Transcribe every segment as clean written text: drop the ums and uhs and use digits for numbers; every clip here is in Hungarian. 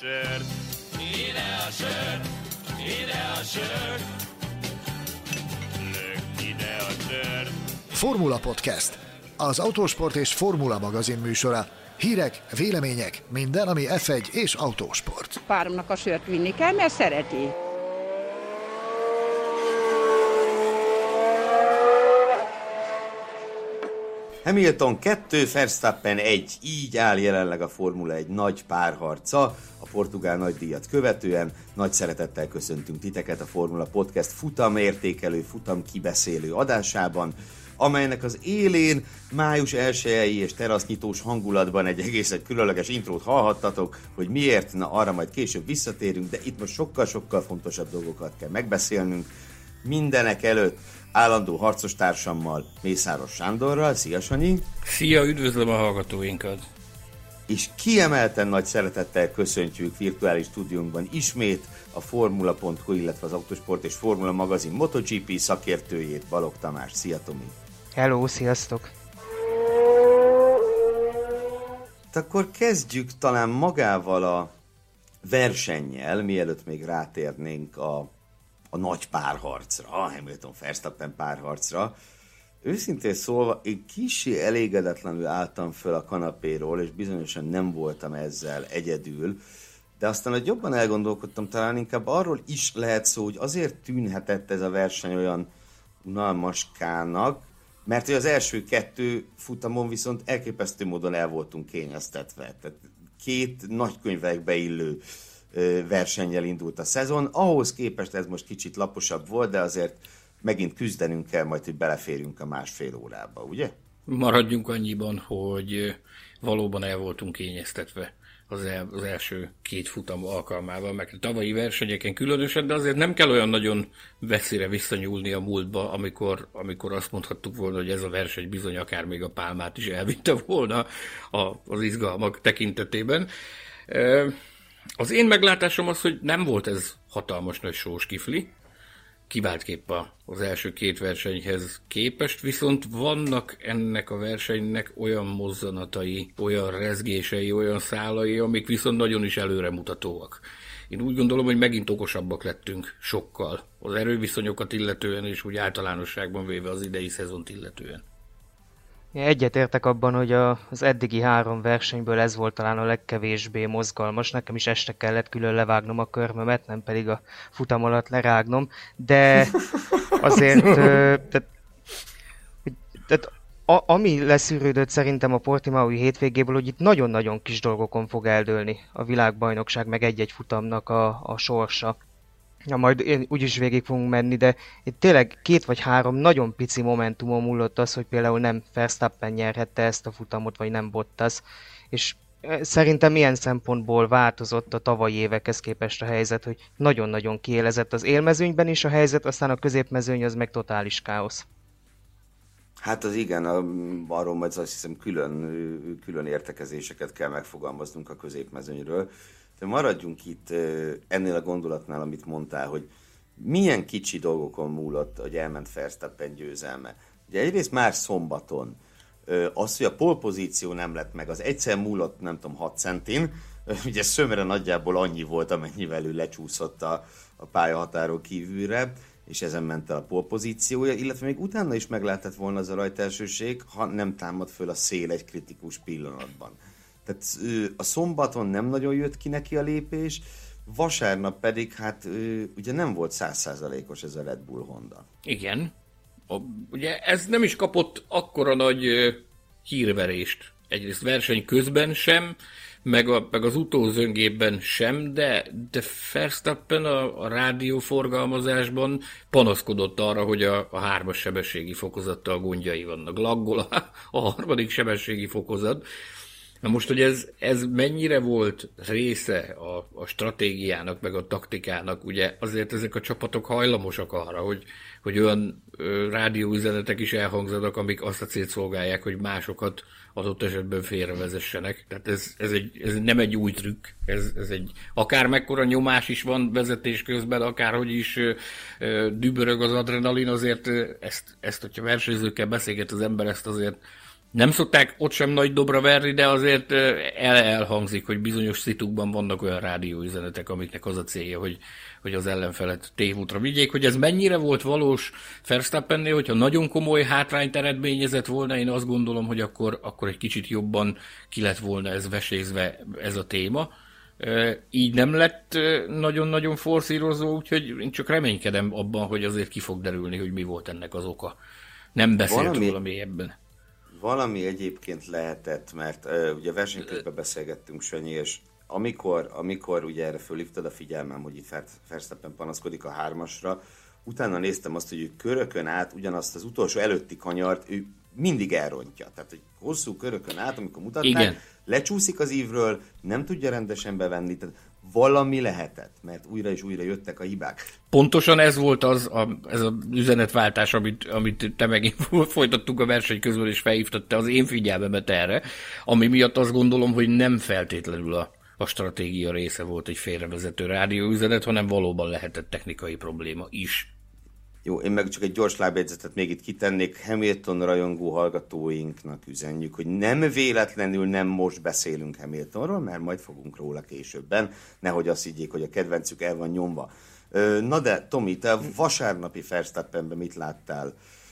sör, ide a sör, ide a sör, lök ide a sör. Formula Podcast, az autósport és formula magazin műsora. Hírek, vélemények, minden, ami F1 és autósport. Páromnak a sört vinni kell, mert szereti. Hamilton 2, Verstappen 1, így áll jelenleg a Formula 1 nagy párharca a portugál nagydíjat követően. Nagy szeretettel köszöntünk titeket a Formula Podcast futamértékelő, futamkibeszélő adásában, amelynek az élén május 1-i és terasznyitós hangulatban egy különleges intrót hallhattatok, hogy miért, na arra majd később visszatérünk, de itt most sokkal-sokkal fontosabb dolgokat kell megbeszélnünk. Mindenek előtt állandó harcos társammal, Mészáros Sándorral. Szia, Sanyi! Szia, üdvözlöm a hallgatóinkat! És kiemelten nagy szeretettel köszöntjük virtuális stúdiónkban ismét a Formula.hu, illetve az Autosport és Formula magazin MotoGP szakértőjét, Balogh Tamást. Szia, Tomi! Hello, sziasztok! Akkor kezdjük talán magával a versennyel, mielőtt még rátérnénk a nagy párharcra, a Hamilton-Verstappen párharcra. Őszintén szólva, én kissé elégedetlenül álltam föl a kanapéról, és bizonyosan nem voltam ezzel egyedül, de aztán, hogy jobban elgondolkodtam, talán inkább arról is lehet szó, hogy azért tűnhetett ez a verseny olyan unalmaskának, mert hogy az első 2 futamon viszont elképesztő módon el voltunk kényeztetve. Tehát 2 nagykönyvekbe illő versennyel indult a szezon. Ahhoz képest ez most kicsit laposabb volt, de azért megint küzdenünk kell majd, hogy beleférjünk a másfél órába, ugye? Maradjunk annyiban, hogy valóban el voltunk kényeztetve az első 2 futam alkalmával, meg a tavalyi versenyeken különösen, de azért nem kell olyan nagyon messzire visszanyúlni a múltba, amikor azt mondhattuk volna, hogy ez a verseny bizony akár még a pálmát is elvitte volna az izgalmak tekintetében. Az én meglátásom az, hogy nem volt ez hatalmas nagy sós kifli, kiváltképp az első 2 versenyhez képest, viszont vannak ennek a versenynek olyan mozzanatai, olyan rezgései, olyan szálai, amik viszont nagyon is előremutatóak. Én úgy gondolom, hogy megint okosabbak lettünk sokkal az erőviszonyokat illetően, és úgy általánosságban véve az idei szezont illetően. Egyetértek abban, hogy az eddigi 3 versenyből ez volt talán a legkevésbé mozgalmas. Nekem is este kellett külön levágnom a körmömet, nem pedig a futam alatt lerágnom, de azért ami leszűrődött szerintem a portimaui hétvégéből, hogy itt nagyon-nagyon kis dolgokon fog eldőlni a világbajnokság, meg egy-egy futamnak a sorsa. Ja, majd úgyis végig fogunk menni, de itt tényleg 2 vagy 3 nagyon pici momentumon múlott az, hogy például nem Verstappen nyerhette ezt a futamot, vagy nem Bottas, és szerintem ilyen szempontból változott a tavalyi évekhez képest a helyzet, hogy nagyon-nagyon kiélezett az élmezőnyben is a helyzet, aztán a középmezőny az meg totális káosz. Hát az igen, arról majd azt hiszem külön értekezéseket kell megfogalmaznunk a középmezőnyről. De maradjunk itt ennél a gondolatnál, amit mondtál, hogy milyen kicsi dolgokon múlott, hogy elment Verstappen győzelme. Ugye egyrészt már szombaton az, hogy a pole pozíció nem lett meg, az egyszer múlott, nem tudom, 6 centin, ugye szömre nagyjából annyi volt, amennyivel ő lecsúszott a pályahatáron kívülre, és ezen ment el a pole pozíciója, illetve még utána is meg lehetett volna az a rajtaelsőség, ha nem támad föl a szél egy kritikus pillanatban. Tehát a szombaton nem nagyon jött ki neki a lépés, vasárnap pedig hát ugye nem volt 100%-os ez a Red Bull Honda. Igen. Ugye ez nem is kapott akkora nagy hírverést. Egyrészt verseny közben sem, meg az utózöngében sem, de Verstappen a rádióforgalmazásban panaszkodott arra, hogy a 3-as sebességi fokozattal gondjai vannak. Laggol a 3. sebességi fokozat. Na most, hogy ez mennyire volt része a stratégiának, meg a taktikának, ugye azért ezek a csapatok hajlamosak arra, hogy olyan rádióüzenetek is elhangzanak, amik azt a célt szolgálják, hogy másokat adott esetben félrevezessenek. Tehát ez nem egy új trükk, ez egy akár mekkora nyomás is van vezetés közben, akárhogy is dübörög az adrenalin, azért ezt hogyha versenyzőkkel beszélget az ember, ezt azért Nem szokták ott sem nagy dobra verni, de azért elhangzik, hogy bizonyos szitukban vannak olyan rádióüzenetek, amiknek az a célja, hogy az ellenfelet tévútra vigyék. Hogy ez mennyire volt valós Verstappennél, hogyha nagyon komoly hátrányt eredményezett volna, én azt gondolom, hogy akkor egy kicsit jobban ki lett volna ez vesézve ez a téma. Így nem lett nagyon-nagyon forszírozó, úgyhogy én csak reménykedem abban, hogy azért ki fog derülni, hogy mi volt ennek az oka. Nem beszélt róla mélyebben. Valami egyébként lehetett, mert ugye versenyközben beszélgettünk, Sanyi, és amikor ugye erre fölhívtad a figyelmem, hogy itt Verstappen panaszkodik a 3-asra, utána néztem azt, hogy ő körökön át ugyanazt az utolsó előtti kanyart, ő mindig elrontja. Tehát, hogy hosszú körökön át, amikor mutatták, igen, lecsúszik az ívről, nem tudja rendesen bevenni, tehát valami lehetett, mert újra és újra jöttek a hibák. Pontosan ez volt ez az üzenetváltás, amit te megint folytattuk a verseny közben, és felhívtad te az én figyelmemet erre, ami miatt azt gondolom, hogy nem feltétlenül a stratégia része volt egy félrevezető rádióüzenet, hanem valóban lehetett technikai probléma is. Jó, én meg csak egy gyors lábjegyzetet még itt kitennék. Hamilton rajongó hallgatóinknak üzenjük, hogy nem véletlenül nem most beszélünk Hamiltonról, mert majd fogunk róla későbben. Nehogy azt higgyék, hogy a kedvencük el van nyomva. Na de, Tomi, te vasárnapi Verstappenben mit láttál?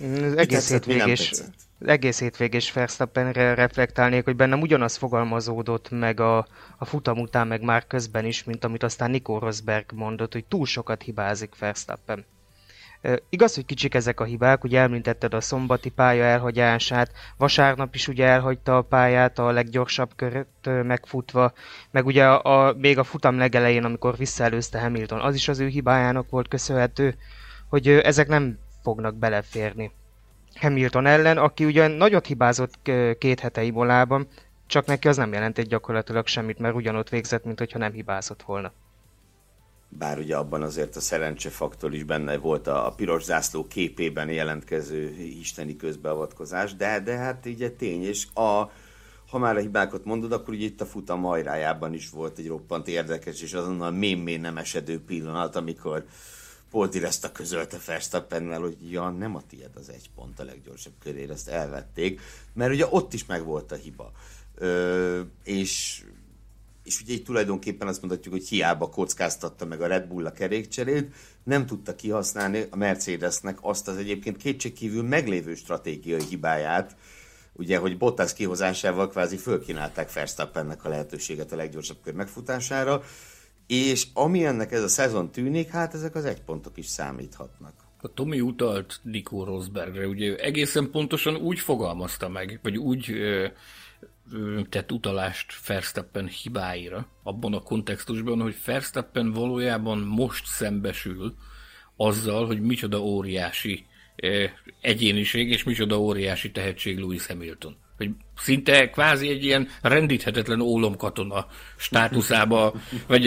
Egész hétvégés Verstappenre reflektálnék, hogy bennem ugyanaz fogalmazódott meg a futam után, meg már közben is, mint amit aztán Nico Rosberg mondott, hogy túl sokat hibázik Verstappen. Igaz, hogy kicsik ezek a hibák, ugye említetted a szombati pálya elhagyását, vasárnap is ugye elhagyta a pályát a leggyorsabb köröt megfutva, meg ugye még a futam legelején, amikor visszaelőzte Hamilton, az is az ő hibájának volt köszönhető, hogy ezek nem fognak beleférni Hamilton ellen, aki ugye nagyot hibázott 2 hete Imolában, csak neki az nem jelentett gyakorlatilag semmit, mert ugyanott végzett, mint hogyha nem hibázott volna. Bár ugye abban azért a szerencsefaktor is benne volt a piros zászló képében jelentkező isteni közbeavatkozás, de hát így egy tény, és ha már a hibákat mondod, akkor ugye itt a futam hajrájában is volt egy roppant érdekes, és azonnal mémé nem esedő pillanat, amikor Paul di Resta közölte Verstappennel, hogy ja, nem a tiéd az 1 pont a leggyorsabb körére, ezt elvették, mert ugye ott is megvolt a hiba. És ugye így tulajdonképpen azt mondhatjuk, hogy hiába kockáztatta meg a Red Bull a kerékcserét, nem tudta kihasználni a Mercedesnek azt az egyébként kétségkívül meglévő stratégiai hibáját, ugye, hogy Bottas kihozásával kvázi fölkínálták Verstappennek a lehetőséget a leggyorsabb kör megfutására, és ami ennek ez a szezon tűnik, hát ezek az 1 pontok is számíthatnak. A Tomi utalt Nico Rosbergre, ugye egészen pontosan úgy fogalmazta meg, vagy úgy tett utalást Verstappen hibáira, abban a kontextusban, hogy Verstappen valójában most szembesül azzal, hogy micsoda óriási egyéniség, és micsoda óriási tehetség Lewis Hamilton. Hogy szinte kvázi egy ilyen rendíthetetlen ólomkatona státuszába, vagy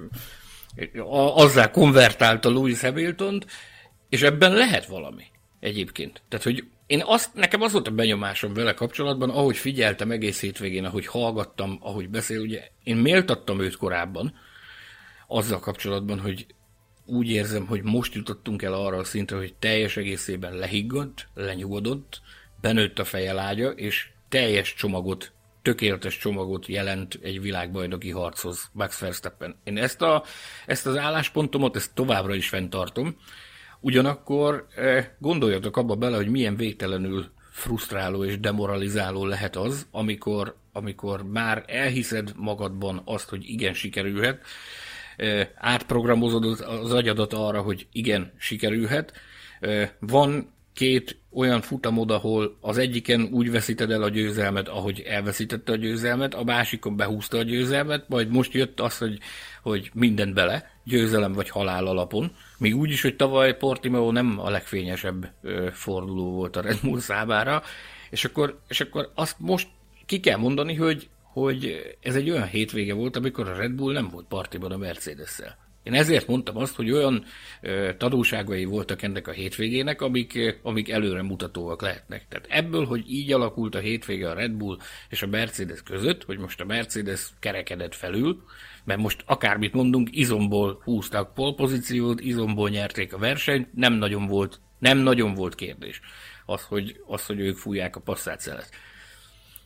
azzá konvertálta Lewis Hamiltont, és ebben lehet valami egyébként. Tehát, hogy nekem az volt a benyomásom vele kapcsolatban, ahogy figyeltem egész hétvégén, ahogy hallgattam, ahogy beszél, ugye én méltattam őt korábban azzal kapcsolatban, hogy úgy érzem, hogy most jutottunk el arra a szintre, hogy teljes egészében lehiggadt, lenyugodott, benőtt a feje lágya, és teljes csomagot, tökéletes csomagot jelent egy világbajnoki harchoz Max Verstappen. Én ezt az álláspontomat, ezt továbbra is fenntartom. Ugyanakkor gondoljatok abba bele, hogy milyen végtelenül frusztráló és demoralizáló lehet az, amikor már elhiszed magadban azt, hogy igen, sikerülhet, átprogramozod az agyadat arra, hogy igen, sikerülhet. Van 2 olyan futamod, ahol az egyiken úgy veszíted el a győzelmet, ahogy elveszítette a győzelmet, a másikon behúzta a győzelmet, majd most jött az, hogy mindent bele, győzelem vagy halál alapon. Még úgy is, hogy tavaly Portimao nem a legfényesebb forduló volt a Red Bull számára, és akkor azt most ki kell mondani, hogy ez egy olyan hétvége volt, amikor a Red Bull nem volt partiban a Mercedes-szel. Én ezért mondtam azt, hogy olyan tanulságai voltak ennek a hétvégének, amik előre mutatóak lehetnek. Tehát ebből, hogy így alakult a hétvége a Red Bull és a Mercedes között, hogy most a Mercedes kerekedett felül, mert most akármit mondunk, izomból húztak polpozíciót, izomból nyerték a versenyt, nem nagyon volt kérdés az, hogy ők fújják a passzát szelet.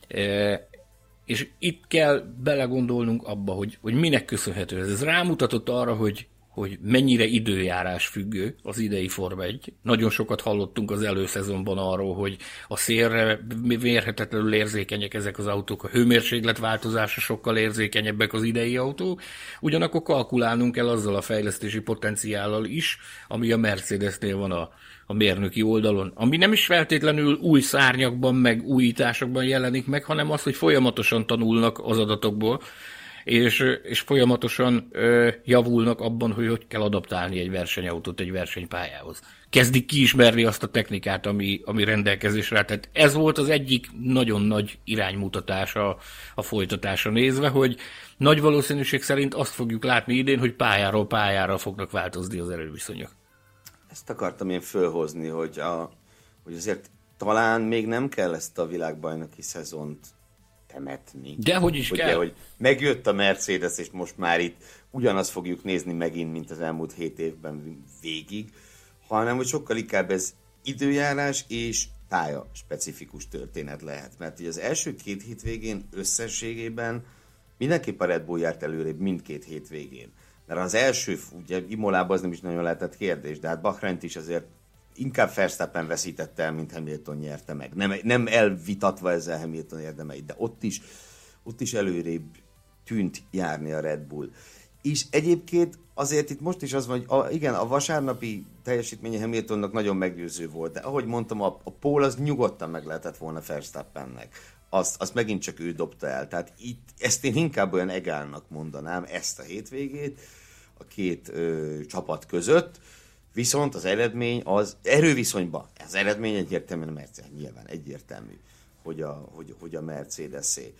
És itt kell belegondolnunk abba, hogy minek köszönhető ez. Ez rámutatott arra, hogy mennyire időjárás függő az idei Forma 1. Nagyon sokat hallottunk az előszezonban arról, hogy a szélre mérhetetlenül érzékenyek ezek az autók, a hőmérséklet változása sokkal érzékenyebbek az idei autók, ugyanakkor kalkulálnunk kell azzal a fejlesztési potenciállal is, ami a Mercedesnél van a mérnöki oldalon, ami nem is feltétlenül új szárnyakban, meg újításokban jelenik meg, hanem az, hogy folyamatosan tanulnak az adatokból, és folyamatosan javulnak abban, hogy kell adaptálni egy versenyautót egy versenypályához. Kezdik kiismerni azt a technikát, ami rendelkezésre. Tehát ez volt az egyik nagyon nagy iránymutatás a folytatásra nézve, hogy nagy valószínűség szerint azt fogjuk látni idén, hogy pályáról pályára fognak változni az erőviszonyok. Ezt akartam én fölhozni, hogy azért talán még nem kell ezt a világbajnoki szezont temetni. Dehogy is kell. Hogy megjött a Mercedes, és most már itt ugyanazt fogjuk nézni megint, mint az elmúlt 7 évben végig, hanem hogy sokkal inkább ez időjárás és pálya specifikus történet lehet. Mert ugye az első 2 hétvégén összességében mindenképp a Red Bull járt előrébb mindkét hétvégén. Mert az első, ugye Imolában az nem is nagyon lehetett kérdés, de hát Bahreint is azért inkább Verstappen veszítette el, mint Hamilton nyerte meg. Nem elvitatva ezzel Hamilton érdemeit, de ott is előrébb tűnt járni a Red Bull. És egyébként azért itt most is az van, hogy igen, a vasárnapi teljesítménye Hamiltonnak nagyon meggyőző volt, de ahogy mondtam, a pole az nyugodtan meg lehetett volna Verstappennek. Azt megint csak ő dobta el. Tehát itt ezt én inkább olyan egálnak mondanám, ezt a hétvégét a két csapat között, viszont az eredmény az erőviszonyban, az eredmény egyértelműen a Mercedes, nyilván egyértelmű, hogy a Mercedes-é.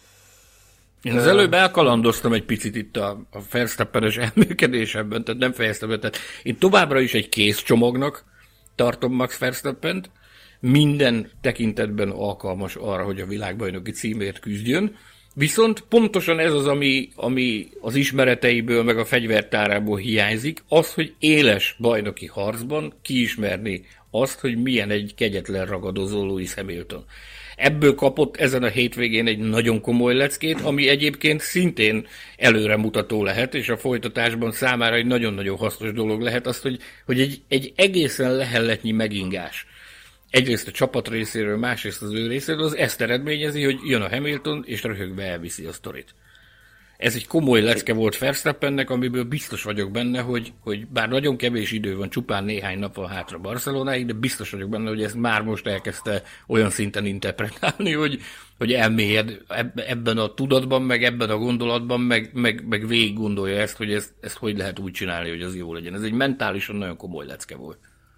Én az előbb elkalandoztam egy picit itt a Verstappen-es elműködésemben, tehát nem fejeztem be. Tehát én továbbra is egy készcsomagnak tartom Max Verstappent, minden tekintetben alkalmas arra, hogy a világbajnoki címért küzdjön, viszont pontosan ez az, ami az ismereteiből, meg a fegyvertárából hiányzik, az, hogy éles bajnoki harcban kiismerni azt, hogy milyen egy kegyetlen ragadozó Lewis Hamilton. Ebből kapott ezen a hétvégén egy nagyon komoly leckét, ami egyébként szintén előremutató lehet, és a folytatásban számára egy nagyon-nagyon hasznos dolog lehet az, hogy egy egészen lehelletnyi megingás. Egyrészt a csapat részéről, másrészt az ő részéről, az ezt eredményezi, hogy jön a Hamilton, és röhögve elviszi a sztorit. Ez egy komoly lecke volt Verstappennek, amiből biztos vagyok benne, hogy bár nagyon kevés idő van, csupán néhány nap van hátra Barcelonáig, de biztos vagyok benne, hogy ezt már most elkezdte olyan szinten interpretálni, hogy elmélyed ebben a tudatban, meg ebben a gondolatban, meg végig gondolja ezt, hogy ezt hogy lehet úgy csinálni, hogy az jó legyen. Ez egy mentálisan nagyon komoly lecke volt.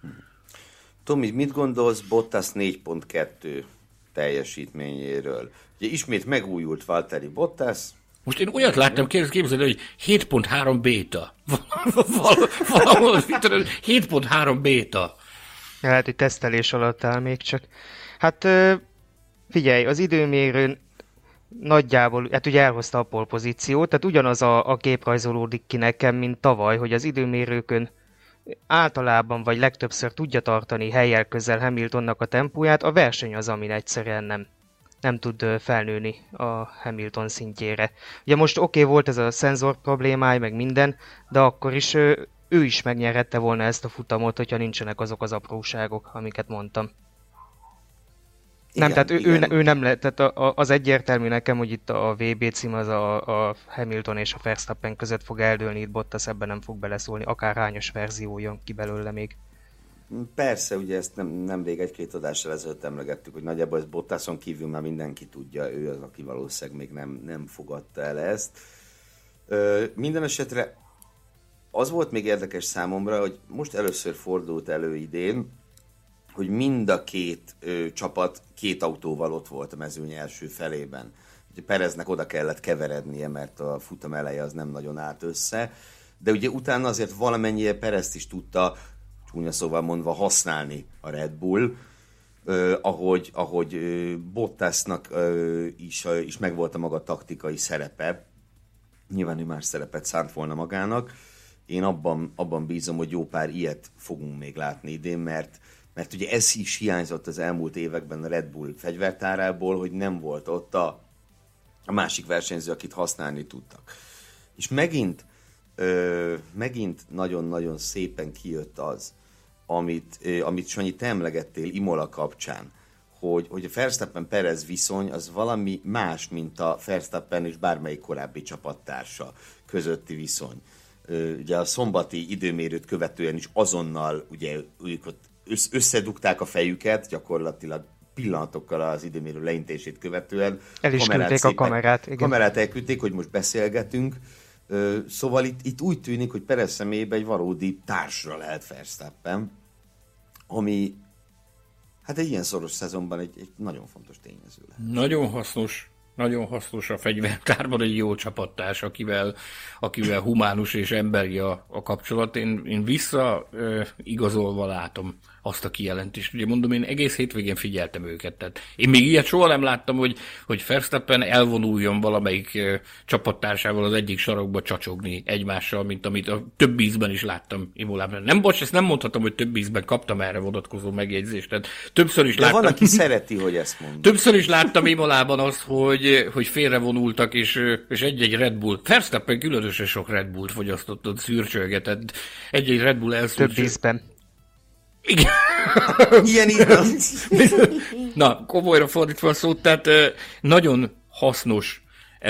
Tomi, mit gondolsz Bottas 4.2 teljesítményéről? Ugye ismét megújult Valtteri Bottas. Most én olyat láttam, képzeld, hogy 7.3 béta. Valahol 7.3 béta. Lehet, hogy tesztelés alatt áll még csak. Hát figyelj, az időmérőn nagyjából, hát ugye elhozta a pole pozíciót, tehát ugyanaz a kép rajzolódik ki nekem, mint tavaly, hogy az időmérőkön általában vagy legtöbbször tudja tartani helyjel közel Hamiltonnak a tempóját, a verseny az, amin egyszerűen nem tud felnőni a Hamilton szintjére. Ugye most oké, volt ez a szenzor problémája, meg minden, de akkor is ő is megnyerhette volna ezt a futamot, hogyha nincsenek azok az apróságok, amiket mondtam. Igen, nem, tehát ő nem lehet, tehát az egyértelmű nekem, hogy itt a VB cím az a Hamilton és a Verstappen között fog eldőlni, itt Bottas ebben nem fog beleszólni, akár hányos verzió jön ki belőle még. Persze, ugye ezt nemrég 1-2 adással ezelőtt emlegettük, hogy nagyjából ez Bottason kívül már mindenki tudja, ő az, aki valószínűleg még nem fogadta el ezt. Minden esetre az volt még érdekes számomra, hogy most először fordult elő idén, hogy mind a két csapat két autóval ott volt a mezőny első felében. Ugye Pereznek oda kellett keverednie, mert a futam eleje az nem nagyon állt össze, de ugye utána azért valamennyire Perezt is tudta, csúnya szóval mondva, használni a Red Bull, ahogy Bottasnak is megvolt a maga taktikai szerepe. Nyilván ő más szerepet szánt volna magának. Én abban bízom, hogy jó pár ilyet fogunk még látni idén, mert ugye ez is hiányzott az elmúlt években a Red Bull fegyvertárából, hogy nem volt ott a a másik versenyző, akit használni tudtak. És megint nagyon-nagyon szépen kijött az, amit Sanyi, te emlegettél Imola kapcsán, hogy a Verstappen-Perez viszony az valami más, mint a Verstappen és bármelyik korábbi csapattársa közötti viszony. Ugye a szombati időmérőt követően is azonnal ugye ők ott összedugták a fejüket, gyakorlatilag pillanatokkal az időmérő leintését követően. El is küldték a kamerát. Igen. Kamerát elküldték, hogy most beszélgetünk. Szóval itt úgy tűnik, hogy Perez személyében egy valódi társra lehet Verstappen, ami hát egy ilyen szoros szezonban egy nagyon fontos tényező lehet. Nagyon hasznos a fegyvertárban egy jó csapattárs, akivel humánus és emberi a kapcsolat. Én igazolva látom azt a kijelentést. Ugye mondom, én egész hétvégén figyeltem őket. Tehát én még ilyet soha nem láttam, hogy Verstappen elvonuljon valamelyik csapattársával az egyik sarokba csacsogni egymással, mint amit a több ízben is láttam Imolában. Ezt nem mondhatom, hogy több ízben kaptam erre vonatkozó megjegyzést. Tehát többször is láttam. Van, aki szereti, hogy ezt mondja. Többször is láttam Imolában azt, hogy félrevonultak, és egy-egy Red Bull, Verstappen különösen sok Red Bullt fogyasztott, ott szürcsölgetett, egy-egy Red Bull elszürcsölt. Több ízben. Igen. Ilyen ízben. Na, komolyra fordítva a szót, tehát nagyon hasznos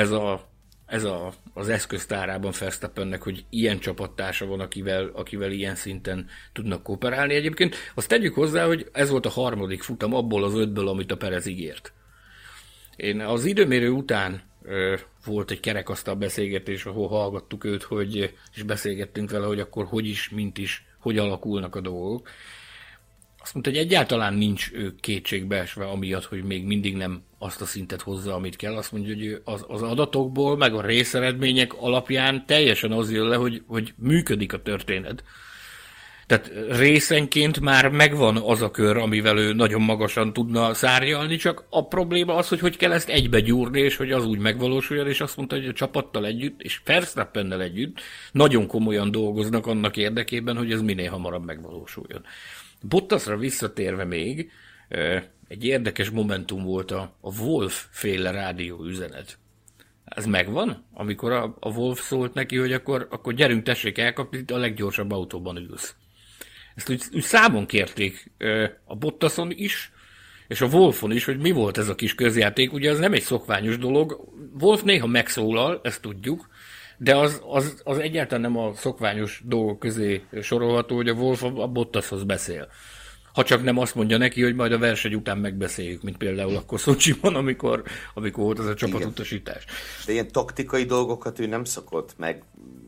az eszköztárában Verstappennek, hogy ilyen csapattársa van, akivel ilyen szinten tudnak kooperálni. Egyébként azt tegyük hozzá, hogy ez volt a harmadik futam abból az 5-ből, amit a Perez ígért. Én az időmérő után volt egy kerekasztal beszélgetés, ahol hallgattuk őt, és beszélgettünk vele, hogy akkor hogy alakulnak a dolgok. Azt mondta, hogy egyáltalán nincs ő kétségbeesve amiatt, hogy még mindig nem azt a szintet hozza, amit kell. Azt mondja, hogy az adatokból, meg a részeredmények alapján teljesen az jön le, hogy működik a történet. Tehát részenként már megvan az a kör, amivel ő nagyon magasan tudna szárnyalni, csak a probléma az, hogy kell ezt egybe gyúrni, és hogy az úgy megvalósuljon, és azt mondta, hogy a csapattal együtt, és Verstappennel együtt nagyon komolyan dolgoznak annak érdekében, hogy ez minél hamarabb megvalósuljon. Bottasra visszatérve még, egy érdekes momentum volt a Wolff-féle rádió üzenet. Ez megvan? Amikor a Wolff szólt neki, hogy akkor gyerünk, tessék elkapni, a leggyorsabb autóban ülsz. Ezt úgy számon kérték a Bottason is, és a Wolffon is, hogy mi volt ez a kis közjáték. Ugye ez nem egy szokványos dolog. Wolff néha megszólal, ezt tudjuk, de az egyáltalán nem a szokványos dolgok közé sorolható, hogy a Wolff a Bottashoz beszél. Ha csak nem azt mondja neki, hogy majd a verseny után megbeszéljük, mint például akkor Szocsiban, amikor volt az a csapatutasítás. De ilyen taktikai dolgokat ő nem szokott meg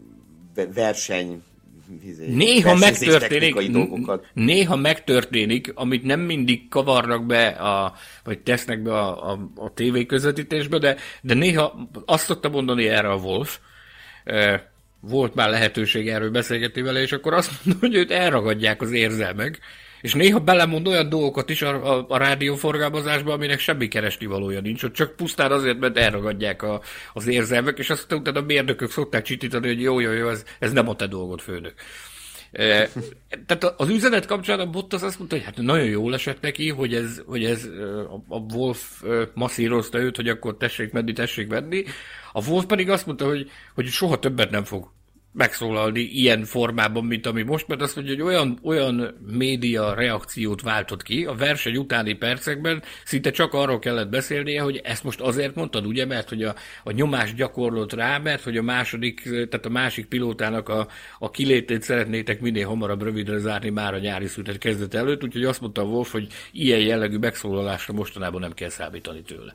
Néha megtörténik, amit nem mindig kavarnak be, vagy tesznek be a tévé közvetítésbe, de néha azt szokta mondani erre a Wolff, volt már lehetőség erről beszélgetni vele, és akkor azt mondja, hogy őt elragadják az érzelmek, és néha belemond olyan dolgokat is a rádióforgalmazásba, aminek semmi keresnivalója nincs, ott csak pusztán azért, mert elragadják az érzelmek, és azt utána a mérnökök szokták csitítani, hogy jó, ez nem a te dolgod, főnök. Tehát az üzenet kapcsán a Bottas azt mondta, hogy hát nagyon jól esett neki, hogy ez a Wolff masszírozta őt, hogy akkor tessék menni. A Wolff pedig azt mondta, hogy soha többet nem fog megszólalni ilyen formában, mint ami most, mert azt mondja, hogy olyan média reakciót váltott ki a verseny utáni percekben, szinte csak arról kellett beszélnie, hogy ezt most azért mondtad, ugye, mert hogy a nyomás gyakorlott rá, mert hogy a másik pilótának a kilétét szeretnétek minél hamarabb rövidre zárni már a nyári szünet kezdet előtt, úgyhogy azt mondta a Wolff, hogy ilyen jellegű megszólalásra mostanában nem kell számítani tőle.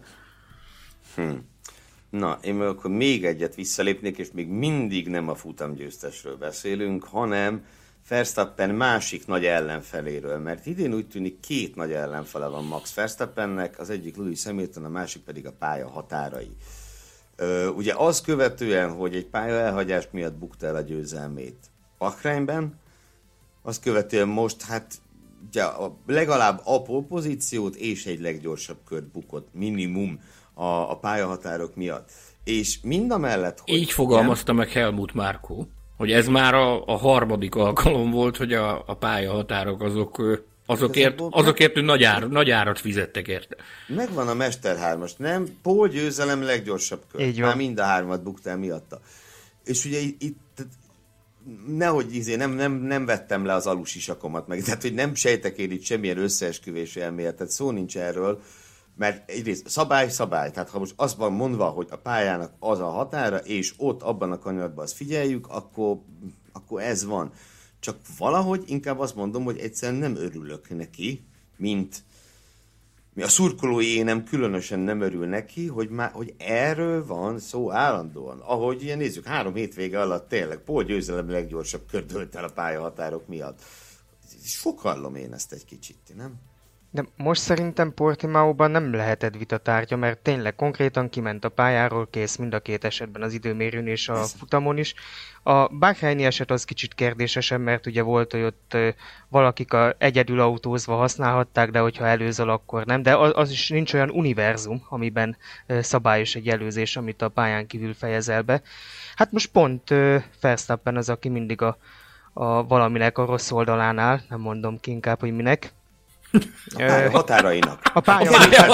Na, én akkor még egyet visszalépnék, és még mindig nem a futamgyőztesről beszélünk, hanem Verstappen másik nagy ellenfeléről, mert idén úgy tűnik két nagy ellenfele van Max Verstappennek, az egyik Lewis Hamilton, a másik pedig a pálya határai. Ugye az követően, hogy egy pálya elhagyás miatt bukta el a győzelmét Bahreinben, azt követően most ugye, legalább a pole-pozíciót és egy leggyorsabb kört bukott minimum a pályahatárok miatt. És mindamellett, hogy... Így fogalmazta meg Helmut Marko, hogy ez már a harmadik alkalom volt, hogy a pályahatárok Azokért nagy árat fizettek érte. Megvan a Mester 3-as, nem? Pole győzelem leggyorsabb kör. Már mind a 3-at buktál miatta. És ugye itt nehogy nem vettem le az alusisakomat meg, tehát hogy nem sejtek én itt semmilyen összeesküvés elméletet, szó nincs erről, mert egyrészt szabály, tehát ha most azt van mondva, hogy a pályának az a határa, és ott abban a kanyarban azt figyeljük, akkor ez van. Csak valahogy inkább azt mondom, hogy egyszerűen nem örülök neki, mint a szurkolói nem különösen nem örül neki, hogy erről van szó állandóan. Ahogy ilyen nézzük, 3 hétvége alatt tényleg Pole győzelem leggyorsabb kör dőlt el a pályahatárok miatt. Sokallom én ezt egy kicsit, nem? De most szerintem Portimaóban nem lehetett vitatárgya, mert tényleg konkrétan kiment a pályáról, kész mind a két esetben, az időmérőn és a futamon is. A Bahreini eset az kicsit kérdésesebb, mert ugye volt, hogy ott valakik egyedül autózva használhatták, de hogyha előzöl, akkor nem. De az is nincs olyan univerzum, amiben szabályos egy előzés, amit a pályán kívül fejezel be. Hát most pont Verstappen az, aki mindig a valaminek a rossz oldalán áll, nem mondom ki inkább, hogy minek. Határainak. A pálya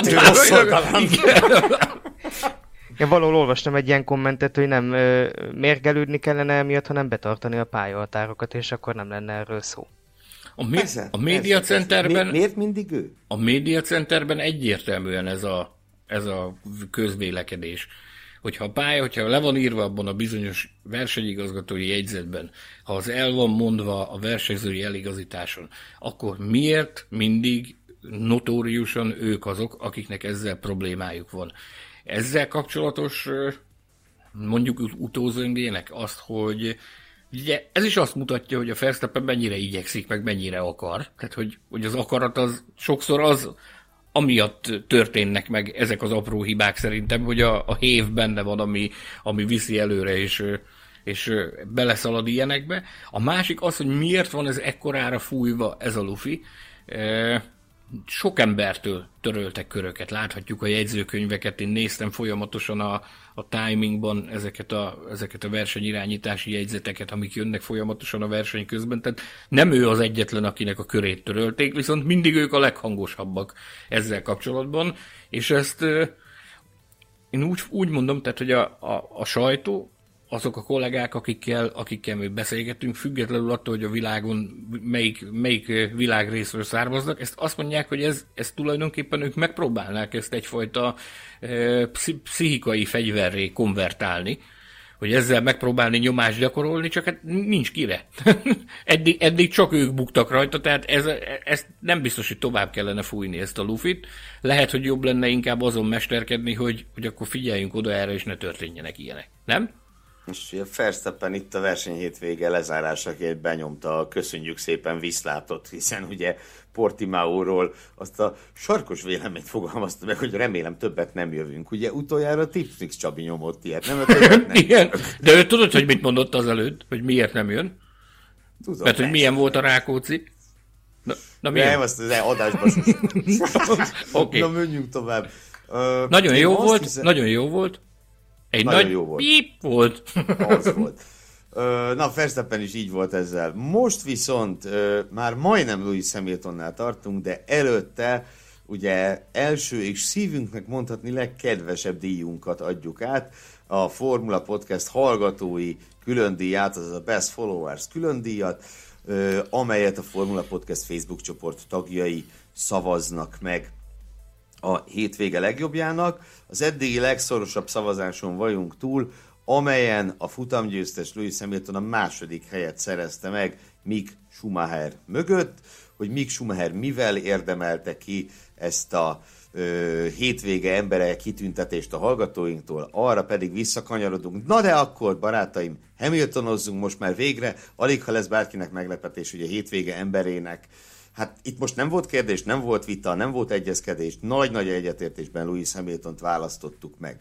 Én valahol olvastam egy ilyen kommentet, hogy nem mérgelődni kellene emiatt, hanem betartani a pályahatárokat, és akkor nem lenne erről szó. A Media Centerben... Miért mindig ő? A Media Centerben egyértelműen ez a közvélekedés. Hogyha le van írva abban a bizonyos versenyigazgatói jegyzetben, ha az el van mondva a versenyzői eligazításon, akkor miért mindig notóriusan ők azok, akiknek ezzel problémájuk van? Ezzel kapcsolatos, mondjuk utózöngének azt, hogy ugye ez is azt mutatja, hogy a Verstappen mennyire igyekszik, meg mennyire akar. Tehát, hogy az akarat az sokszor az, amiatt történnek meg ezek az apró hibák szerintem, hogy a hév benne van, ami viszi előre, és beleszalad ilyenekbe. A másik az, hogy miért van ez ekkorára fújva ez a lufi. Sok embertől töröltek köröket. Láthatjuk a jegyzőkönyveket, én néztem folyamatosan a timingban ezeket a versenyirányítási jegyzeteket, amik jönnek folyamatosan a verseny közben. Tehát nem ő az egyetlen, akinek a körét törölték, viszont mindig ők a leghangosabbak ezzel kapcsolatban. És ezt én úgy mondom, tehát, hogy a sajtó, azok a kollégák, akikkel mi beszélgetünk, függetlenül attól, hogy a világon melyik világrészről származnak, ezt azt mondják, hogy ez tulajdonképpen ők megpróbálnák ezt egyfajta pszichikai fegyverré konvertálni, hogy ezzel megpróbálni nyomást gyakorolni, csak hát nincs kire. eddig csak ők buktak rajta, tehát ezt nem biztos, hogy tovább kellene fújni ezt a lufit. Lehet, hogy jobb lenne inkább azon mesterkedni, hogy akkor figyeljünk oda erre, és ne történjenek ilyenek. Nem? És ugye Verstappen itt a verseny hétvége lezárásaként benyomta a köszönjük szépen viszlátot, hiszen ugye Portimaóról azt a sarkos véleményt fogalmazta meg, hogy remélem többet nem jövünk. Ugye utoljára Tipsnix Csabi nyomott ilyet, nem? Igen, de ő tudod, hogy mit mondott az előtt, hogy miért nem jön? Tudom, mert hogy milyen volt a Rákóczi? Na milyen? Nem, azt az adásban okay. Na, menjünk tovább. Nagyon jó volt. Egy nagyon nagy jó volt. Píp volt. Az volt. Na, Verstappen is így volt ezzel. Most viszont már majdnem Lewis Hamiltonnál tartunk, de előtte ugye első és szívünknek mondhatni legkedvesebb díjunkat adjuk át. A Formula Podcast hallgatói különdíját, azaz a Best Followers különdíjat, amelyet a Formula Podcast Facebook csoport tagjai szavaznak meg a hétvége legjobbjának. Az eddigi legszorosabb szavazáson vagyunk túl, amelyen a futamgyőztes Lewis Hamilton a második helyet szerezte meg Mick Schumacher mögött. Hogy Mick Schumacher mivel érdemelte ki ezt a hétvége embere kitüntetést a hallgatóinktól, arra pedig visszakanyarodunk. Na de akkor, barátaim, Hamiltonozzunk most már végre, alig ha lesz bárkinek meglepetés, hogy a hétvége emberének. Hát itt most nem volt kérdés, nem volt vita, nem volt egyezkedés, nagy-nagy egyetértésben Lewis Hamiltont választottuk meg.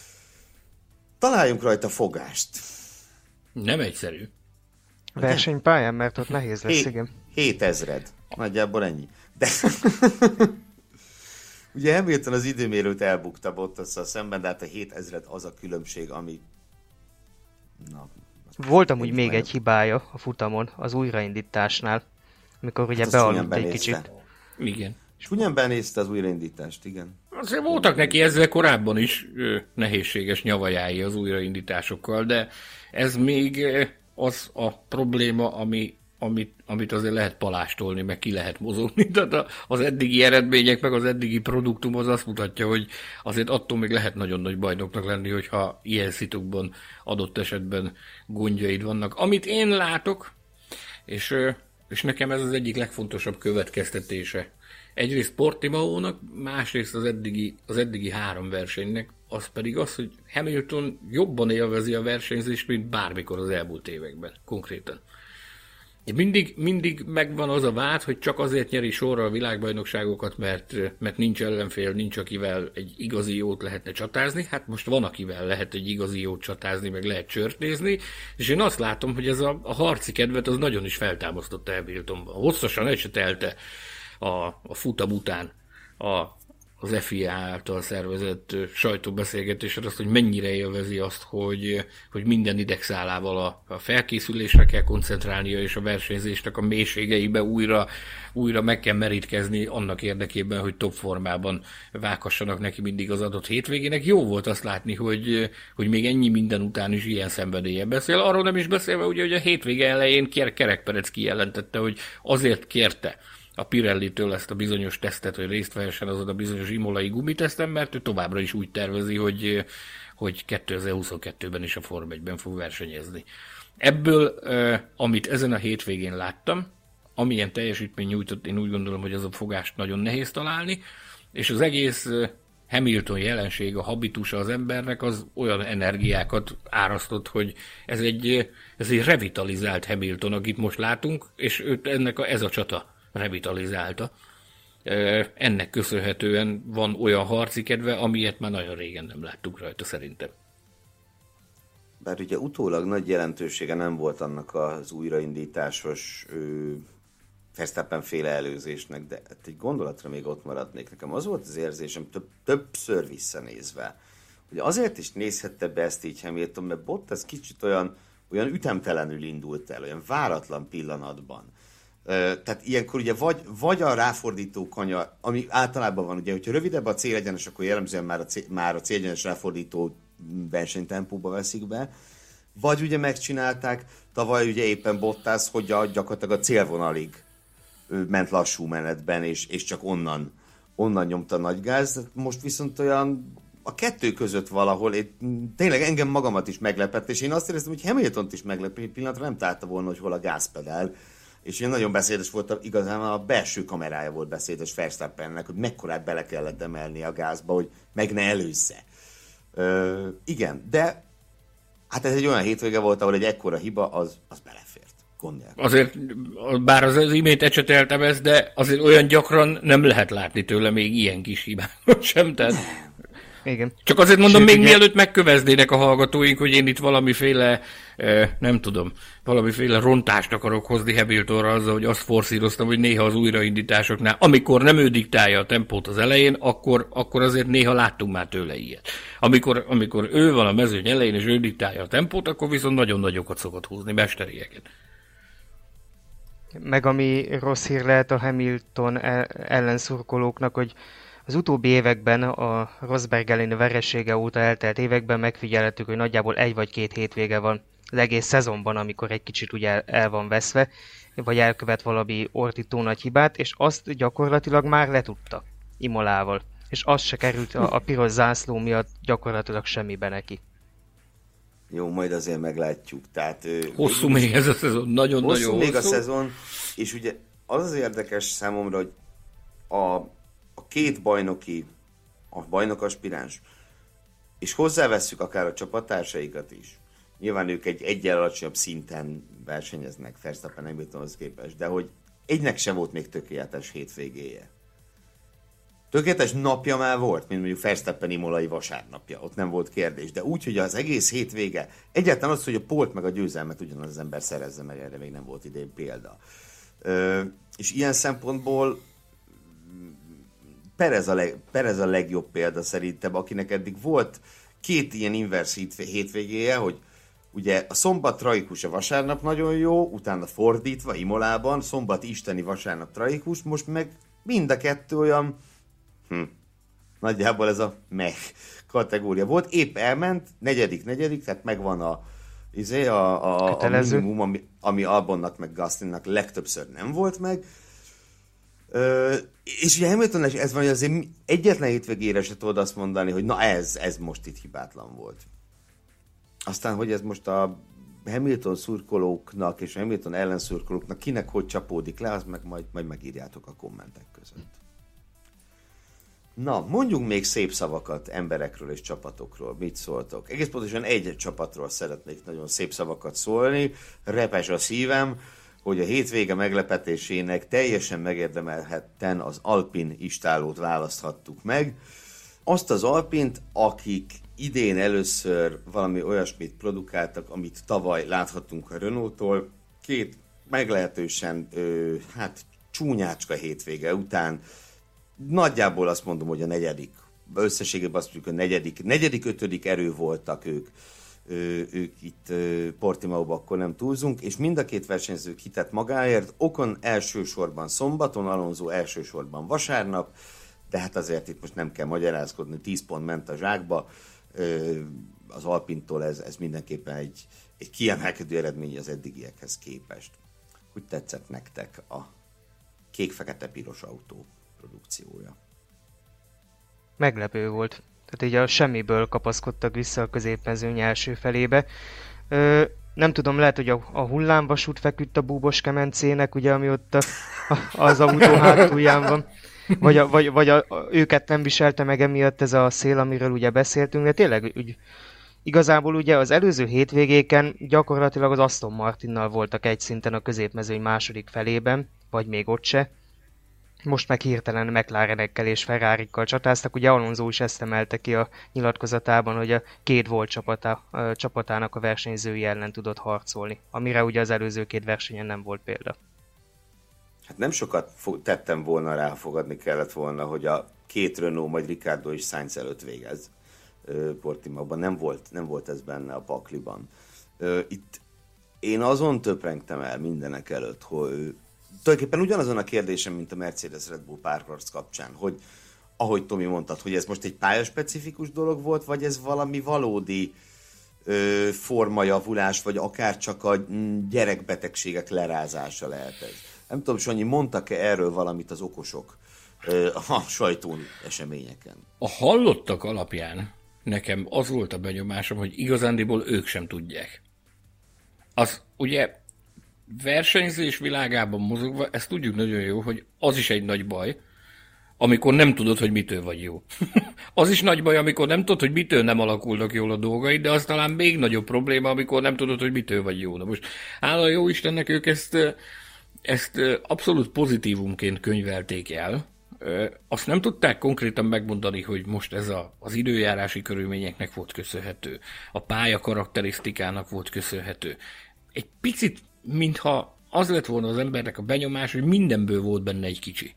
Találjunk rajta fogást. Nem egyszerű. Versenypályán, mert ott nehéz lesz, igen. 7000. Nagyjából ennyi. De ugye Hamilton az időmérőt elbukta Bottasszal szemben, de hát a 7000 az a különbség, ami... Na, volt amúgy még egy hibája a futamon, az újraindításnál, amikor ugye bealudt egy kicsit. Igen. És ugyan benézte az újraindítást, igen. Azért voltak neki ezzel korábban is nehézséges nyavajái az újraindításokkal, de ez még az a probléma, amit azért lehet palástolni, meg ki lehet mozogni. Tehát az eddigi eredmények, meg az eddigi produktum az azt mutatja, hogy azért attól még lehet nagyon nagy bajnoknak lenni, hogyha ilyen szitukban adott esetben gondjaid vannak. Amit én látok, és nekem ez az egyik legfontosabb következtetése. Egyrészt Portimaónak, másrészt az eddigi 3 versenynek, az pedig az, hogy Hamilton jobban élvezi a versenyzést, mint bármikor az elmúlt években, konkrétan. Mindig megvan az a vád, hogy csak azért nyeri sorra a világbajnokságokat, mert nincs ellenfél, nincs akivel egy igazi jót lehetne csatázni. Hát most van, akivel lehet egy igazi jót csatázni, meg lehet csörtézni, és én azt látom, hogy ez a harci kedvet az nagyon is feltámasztotta Hamiltonban. Hosszasan esetelte a futam után az FIA által szervezett sajtóbeszélgetésre azt, hogy mennyire élvezi azt, hogy minden idegszálával a felkészülésre kell koncentrálnia, és a versenyzésnek a mélységeibe újra meg kell merítkezni annak érdekében, hogy top formában vághassanak neki mindig az adott hétvégének. Jó volt azt látni, hogy még ennyi minden után is ilyen szenvedélye beszél. Arról nem is beszélve, ugye, hogy a hétvége elején Kerek Perez kijelentette, hogy azért kérte a Pirellitől ezt a bizonyos tesztet, hogy részt vehessen azon a bizonyos imolai gumiteszten, mert ő továbbra is úgy tervezi, hogy 2022-ben is a Form 1-ben fog versenyezni. Ebből, amit ezen a hétvégén láttam, amilyen teljesítmény nyújtott, én úgy gondolom, hogy az a fogást nagyon nehéz találni, és az egész Hamilton jelenség, a habitusa az embernek az olyan energiákat árasztott, hogy ez egy revitalizált Hamilton, akit most látunk, és őt ez a csata revitalizálta. Ennek köszönhetően van olyan harci kedve, amilyet már nagyon régen nem láttuk rajta szerintem. Bár ugye utólag nagy jelentősége nem volt annak az újraindításos Verstappen féle előzésnek, de egy gondolatra még ott maradnék. Nekem az volt az érzésem többször visszanézve, hogy azért is nézhette be ezt így Hamilton, mert Bottas kicsit olyan ütemtelenül indult el, olyan váratlan pillanatban. Tehát ilyenkor ugye vagy a ráfordító kanyar, ami általában van, ugye, hogyha rövidebb a célegyenes, akkor jellemzően már a célegyenes ráfordító versenytempóba veszik be, vagy ugye megcsinálták, tavaly ugye éppen Bottas, hogy gyakorlatilag a célvonalig ment lassú menetben, és csak onnan nyomta nagy gáz. Most viszont olyan a kettő között valahol, tényleg engem magamat is meglepett, és én azt éreztem, hogy Hamiltont is meglepett, egy pillanatra nem találta volna, hogy hol a gázpedál. És én nagyon beszédes volt, igazán a belső kamerája volt beszédes Verstappennek, hogy mekkorát bele kellett emelni a gázba, hogy meg ne előzze. Igen, de hát ez egy olyan hétvége volt, ahol egy ekkora hiba, az belefért. Gondolják. Azért, bár az imént ecseteltem ezt, de azért olyan gyakran nem lehet látni tőle még ilyen kis hibákat sem, tehát... Igen. Csak azért mondom, még mielőtt megköveznének a hallgatóink, hogy én itt valamiféle, valamiféle rontást akarok hozni Hamiltonra azzal, hogy azt forszíroztam, hogy néha az újraindításoknál, amikor nem ő diktálja a tempót az elején, akkor azért néha láttunk már tőle ilyet. Amikor ő van a mezőny elején, és ő diktálja a tempót, akkor viszont nagyon nagyokat szokott húzni, mesterieket. Meg ami rossz hír lehet a Hamilton ellenszurkolóknak, hogy az utóbbi években, a Rosberg elleni veresége óta eltelt években megfigyelhetük, hogy nagyjából 1 vagy 2 hétvége van az egész szezonban, amikor egy kicsit ugye el van veszve, vagy elkövet valami ordító nagy hibát, és azt gyakorlatilag már letudta Imolával. És az se került a piros zászló miatt gyakorlatilag semmibe neki. Jó, majd azért meglátjuk. Tehát, hosszú még ez a szezon, nagyon-nagyon hosszú. Még a szezon, és ugye az érdekes számomra, hogy a két bajnokaspiráns, és hozzávesszük akár a csapattársaikat is. Nyilván ők egyen alacsonyabb szinten versenyeznek Verstappen Hamiltonhoz képest, de hogy egynek sem volt még tökéletes hétvégéje. Tökéletes napja már volt, mint mondjuk Verstappen imolai vasárnapja, ott nem volt kérdés, de úgy, hogy az egész hétvége, egyáltalán az, hogy a pólt meg a győzelmet ugyanaz az ember szerezze meg, erre még nem volt idén példa. És ilyen szempontból Perez a legjobb példa szerintem, akinek eddig volt 2 ilyen inverse hétvégéje, hogy ugye a szombat tragikus, a vasárnap nagyon jó, utána fordítva Imolában, szombat isteni, vasárnap tragikus, most meg mind a kettő olyan, nagyjából ez a meh kategória volt. Épp elment, negyedik, tehát megvan a minimum, ami Albonnak meg Gaslynak legtöbbször nem volt meg. És ugye Hamilton ez van, hogy azért egyetlen hétvégére se tudod azt mondani, hogy na ez most itt hibátlan volt. Aztán, hogy ez most a Hamilton szurkolóknak és a Hamilton ellenszurkolóknak kinek hogy csapódik le, az meg majd megírjátok a kommentek között. Na, mondjunk még szép szavakat emberekről és csapatokról. Mit szóltok? Egész pontosan egy csapatról szeretnék nagyon szép szavakat szólni. Repes a szívem, hogy a hétvége meglepetésének teljesen megérdemelhetten az Alpin istálót választhattuk meg. Azt az Alpint, akik idén először valami olyasmit produkáltak, amit tavaly láthattunk a Renault-tól, két meglehetősen csúnyácska hétvége után, nagyjából azt mondom, hogy a negyedik, összességében azt mondjuk a negyedik, ötödik erő voltak ők itt Portimaóban, akkor nem túlzunk, és mind a két versenyző hitett magáért. Ocon elsősorban szombaton, Alonso elsősorban vasárnap, de hát azért itt most nem kell magyarázkodni, 10 pont ment a zsákba. Az Alpintól ez mindenképpen egy kiemelkedő eredmény az eddigiekhez képest. Hogy tetszett nektek a kék-fekete-piros autó produkciója? Meglepő volt. Tehát így a semmiből kapaszkodtak vissza a középmezőny első felébe. Nem tudom, lehet, hogy a hullámvasút feküdt a búbos kemencének, ugye, ami ott az autó hátulján van. Vagy őket nem viselte meg emiatt ez a szél, amiről ugye beszéltünk, de tényleg igazából ugye az előző hétvégéken gyakorlatilag az Aston Martinnal voltak egy szinten a középmezőny második felében, vagy még ott se. Most meg hirtelen McLarenekkel és Ferrarikkal csatáztak, ugye Alonso is ezt emelte ki a nyilatkozatában, hogy a két volt csapatának a versenyzői ellen tudott harcolni, amire ugye az előző két versenyen nem volt példa. Hát nem sokat tettem volna rá, fogadni kellett volna, hogy a két Renault, majd Ricciardo és Sainz előtt végez Portimaóban. Nem volt ez benne a pakliban. Itt én azon töprengtem el mindenek előtt, hogy tulajdonképpen ugyanazon a kérdésem, mint a Mercedes Red Bull párharc kapcsán, hogy ahogy Tomi mondtad, hogy ez most egy pályaspecifikus dolog volt, vagy ez valami valódi formajavulás, vagy akár csak a gyerekbetegségek lerázása lehet ez. Nem tudom, Sanyi, mondtak-e erről valamit az okosok a sajtón eseményeken? A hallottak alapján nekem az volt a benyomásom, hogy igazándiból ők sem tudják. Az ugye versenyzés világában mozogva, ezt tudjuk nagyon jó, hogy az is egy nagy baj, amikor nem tudod, hogy mitől vagy jó. Az is nagy baj, amikor nem tudod, hogy mitől nem alakulnak jól a dolgaid, de az talán még nagyobb probléma, amikor nem tudod, hogy mitől vagy jó. Na most, hála jó Istennek, ők ezt abszolút pozitívumként könyvelték el. Azt nem tudták konkrétan megmondani, hogy most ez az időjárási körülményeknek volt köszönhető, a pálya karakterisztikának volt köszönhető. Egy picit, mintha az lett volna az embernek a benyomás, hogy mindenből volt benne egy kicsi.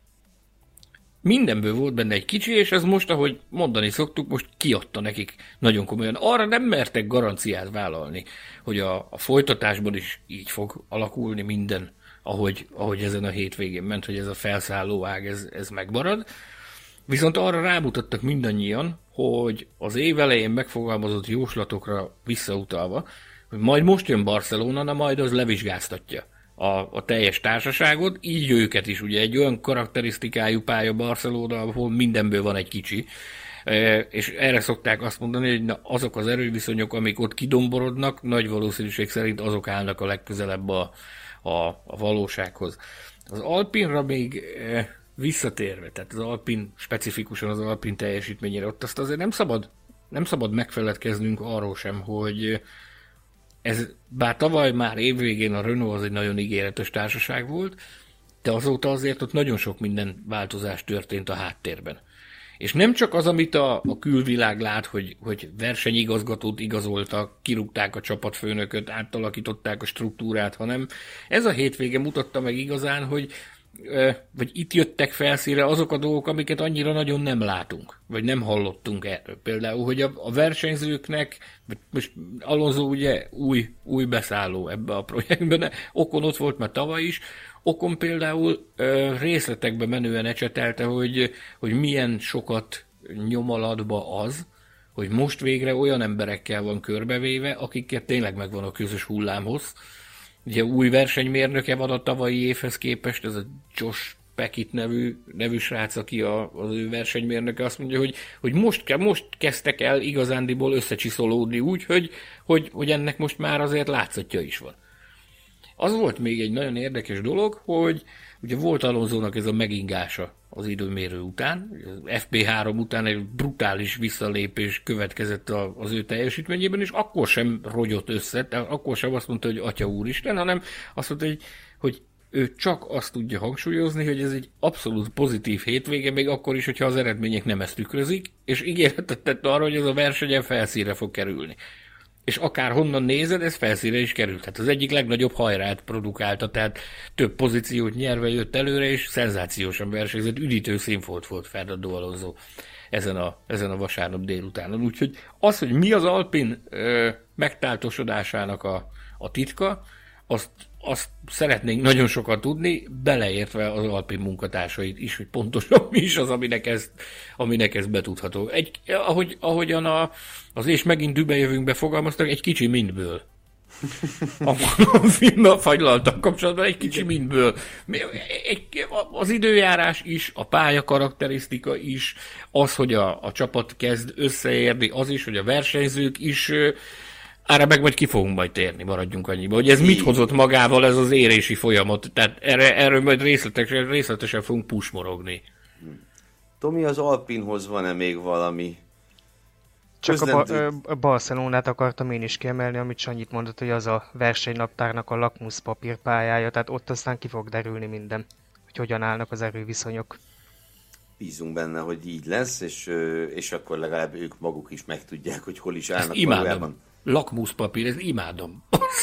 Mindenből volt benne egy kicsi, és ez most, ahogy mondani szoktuk, most kiadta nekik nagyon komolyan. Arra nem mertek garanciát vállalni, hogy a folytatásban is így fog alakulni minden, ahogy ezen a hétvégén ment, hogy ez a felszálló ág, ez megmarad. Viszont arra rámutattak mindannyian, hogy az év elején megfogalmazott jóslatokra visszautalva, hogy majd most jön Barcelona, na majd az levizsgáztatja a teljes társaságot, így őket is, ugye egy olyan karakterisztikájú pálya Barcelona, ahol mindenből van egy kicsi, és erre szokták azt mondani, hogy na, azok az erőviszonyok, amik ott kidomborodnak, nagy valószínűség szerint azok állnak a legközelebb a valósághoz. Az Alpinra még visszatérve, tehát az Alpin, specifikusan az Alpin teljesítményére, ott azt azért nem szabad megfeledkeznünk arról sem, hogy bár tavaly már évvégén a Renault az egy nagyon ígéretes társaság volt, de azóta azért ott nagyon sok minden változás történt a háttérben. És nem csak az, amit a külvilág lát, hogy versenyigazgatót igazoltak, kirúgták a csapatfőnököt, átalakították a struktúrát, hanem ez a hétvége mutatta meg igazán, hogy vagy itt jöttek felszínre azok a dolgok, amiket annyira nagyon nem látunk, vagy nem hallottunk erről. Például, hogy a versenyzőknek, most Alonso ugye új beszálló ebbe a projektben, de Ocon ott volt már tavaly is, Ocon például részletekbe menően ecsetelte, hogy milyen sokat nyom alatba az, hogy most végre olyan emberekkel van körbevéve, akikkel tényleg megvan a közös hullámhoz. Ugye új versenymérnöke van a tavalyi évhez képest, ez a Josh Peckett nevű srác, aki az ő versenymérnöke, azt mondja, hogy most kezdtek el igazándiból összecsiszolódni úgy, hogy ennek most már azért látszatja is van. Az volt még egy nagyon érdekes dolog, hogy ugye volt Alonsónak ez a megingása az időmérő után, az FP3 után egy brutális visszalépés következett az ő teljesítményében, és akkor sem rogyott össze, tehát akkor sem azt mondta, hogy Atya Úristen, hanem azt mondta, hogy ő csak azt tudja hangsúlyozni, hogy ez egy abszolút pozitív hétvége, még akkor is, hogyha az eredmények nem ezt tükrözik, és ígéretet tett arra, hogy ez a versenyen felszínre fog kerülni. És akár honnan nézed, ez felszínre is került. Hát az egyik legnagyobb hajrát produkálta, tehát több pozíciót nyerve jött előre, és szenzációsan versenyzett, üdítő színfolt volt Fernando Alonso ezen a vasárnap délutánon. Úgyhogy az, hogy mi az Alpin megtáltosodásának a titka, azt szeretnénk nagyon sokat tudni, beleértve az Alpin munkatársait is, hogy pontosan mi is az, aminek ez betudható. Ahogyan az és megint dübe jövünk befogalmaztak, egy kicsi mindből. A filmmel fagylaltak kapcsolatban egy kicsi mindből. Az időjárás is, a pálya karakterisztika is, az, hogy a csapat kezd összeérni, az is, hogy a versenyzők is. Erre meg majd ki fogunk majd térni, maradjunk annyiba, hogy ez mit hozott magával ez az érési folyamat, tehát erről majd részletesen fogunk pusmorogni. Tomi, az Alpinhoz van-e még valami? Csak a Barcelonát akartam én is kiemelni, amit Sanyit mondott, hogy az a versenynaptárnak a lakmuszpapír pályája, tehát ott aztán ki fog derülni minden, hogy hogyan állnak az erőviszonyok. Bízunk benne, hogy így lesz, és akkor legalább ők maguk is megtudják, hogy hol is állnak valójában. Lakmuszpapír, ezt imádom.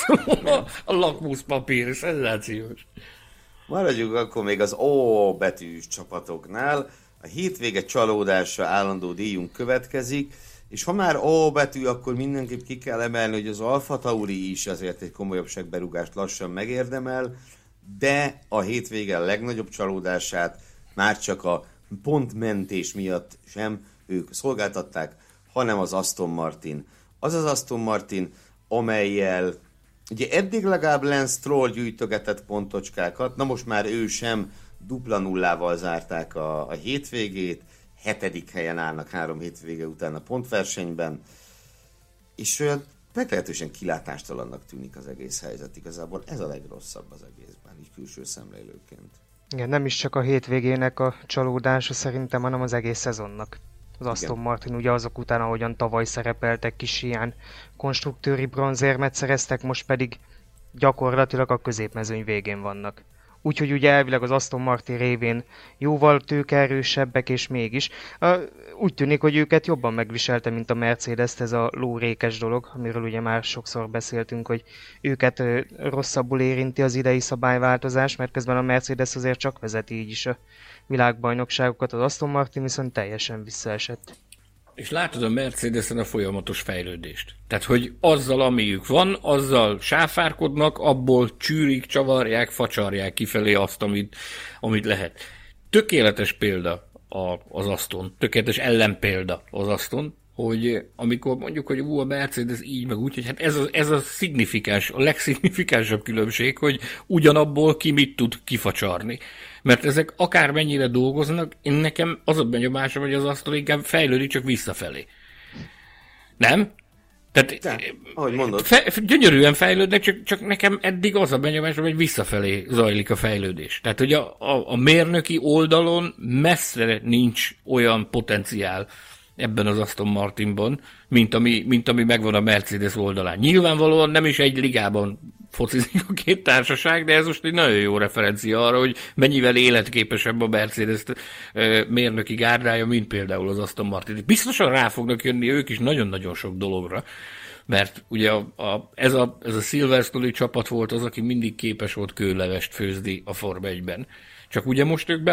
A lakmuszpapír, szenzációs. Maradjunk akkor még az O betűs csapatoknál. A hétvége csalódása állandó díjunk következik, és ha már O betű, akkor mindenképp ki kell emelni, hogy az Alfa Tauri is azért egy komolyabb segberúgást lassan megérdemel, de a hétvége a legnagyobb csalódását már csak a pontmentés miatt sem ők szolgáltatták, hanem az Aston Martin. Az az Aston Martin, amellyel ugye eddig legalább Lance Stroll gyűjtögetett pontocskákat, na most már ő sem, dupla nullával zárták a hétvégét, 7. helyen állnak 3 hétvége után a pontversenyben, és olyan meglehetősen kilátástalannak tűnik az egész helyzet. Igazából ez a legrosszabb az egészben, így külső szemlélőként. Igen, nem is csak a hétvégének a csalódása szerintem, hanem az egész szezonnak. Az Aston Martin ugye azok után, ahogyan tavaly szerepeltek, kis ilyen konstruktőri bronzérmet szereztek, most pedig gyakorlatilag a középmezőny végén vannak. Úgyhogy ugye elvileg az Aston Martin révén jóval tőkeerősebbek, és mégis úgy tűnik, hogy őket jobban megviselte, mint a Mercedes-t ez a lórékes dolog, amiről ugye már sokszor beszéltünk, hogy őket rosszabbul érinti az idei szabályváltozás, mert közben a Mercedes azért csak vezeti így is a világbajnokságokat, az Aston Martin viszont teljesen visszaesett. És látod a Mercedesen a folyamatos fejlődést. Tehát, hogy azzal, amiük van, azzal sáfárkodnak, abból csűrik, csavarják, facsarják kifelé azt, amit lehet. Tökéletes példa az Aston, tökéletes ellenpélda az Aston, hogy amikor mondjuk, hogy a Mercedes így meg úgy, hogy hát ez a szignifikáns, a legszignifikánsabb különbség, hogy ugyanabból ki mit tud kifacsarni. Mert ezek akármennyire dolgoznak, én nekem az a benyomásom, hogy az Aston inkább fejlődik csak visszafelé. Nem? Tehát, ahogy mondod. Gyönyörűen fejlődnek, csak nekem eddig az a benyomásom, hogy visszafelé zajlik a fejlődés. Tehát, hogy a mérnöki oldalon messze nincs olyan potenciál ebben az Aston Martinban, mint ami megvan a Mercedes oldalán. Nyilvánvalóan nem is egy ligában focizik a két társaság, de ez most egy nagyon jó referencia arra, hogy mennyivel életképesebb a Mercedes mérnöki gárdája, mint például az Aston Martin. Biztosan rá fognak jönni ők is nagyon-nagyon sok dologra, mert ugye ez a Silverstone csapat volt az, aki mindig képes volt kőlevest főzni a Forma 1-ben. Csak ugye most ők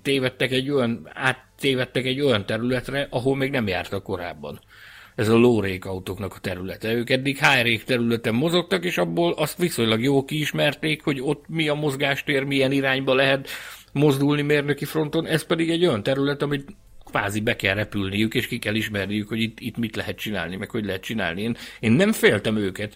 áttévedtek egy olyan területre, ahol még nem jártak korábban. Ez a low-rake autóknak a területe. Ők eddig high-rake területen mozogtak, és abból azt viszonylag jól kiismerték, hogy ott mi a mozgástér, milyen irányba lehet mozdulni mérnöki fronton. Ez pedig egy olyan terület, amit kvázi be kell repülniük, és ki kell ismerniük, hogy itt mit lehet csinálni, meg hogy lehet csinálni. Én nem féltem őket.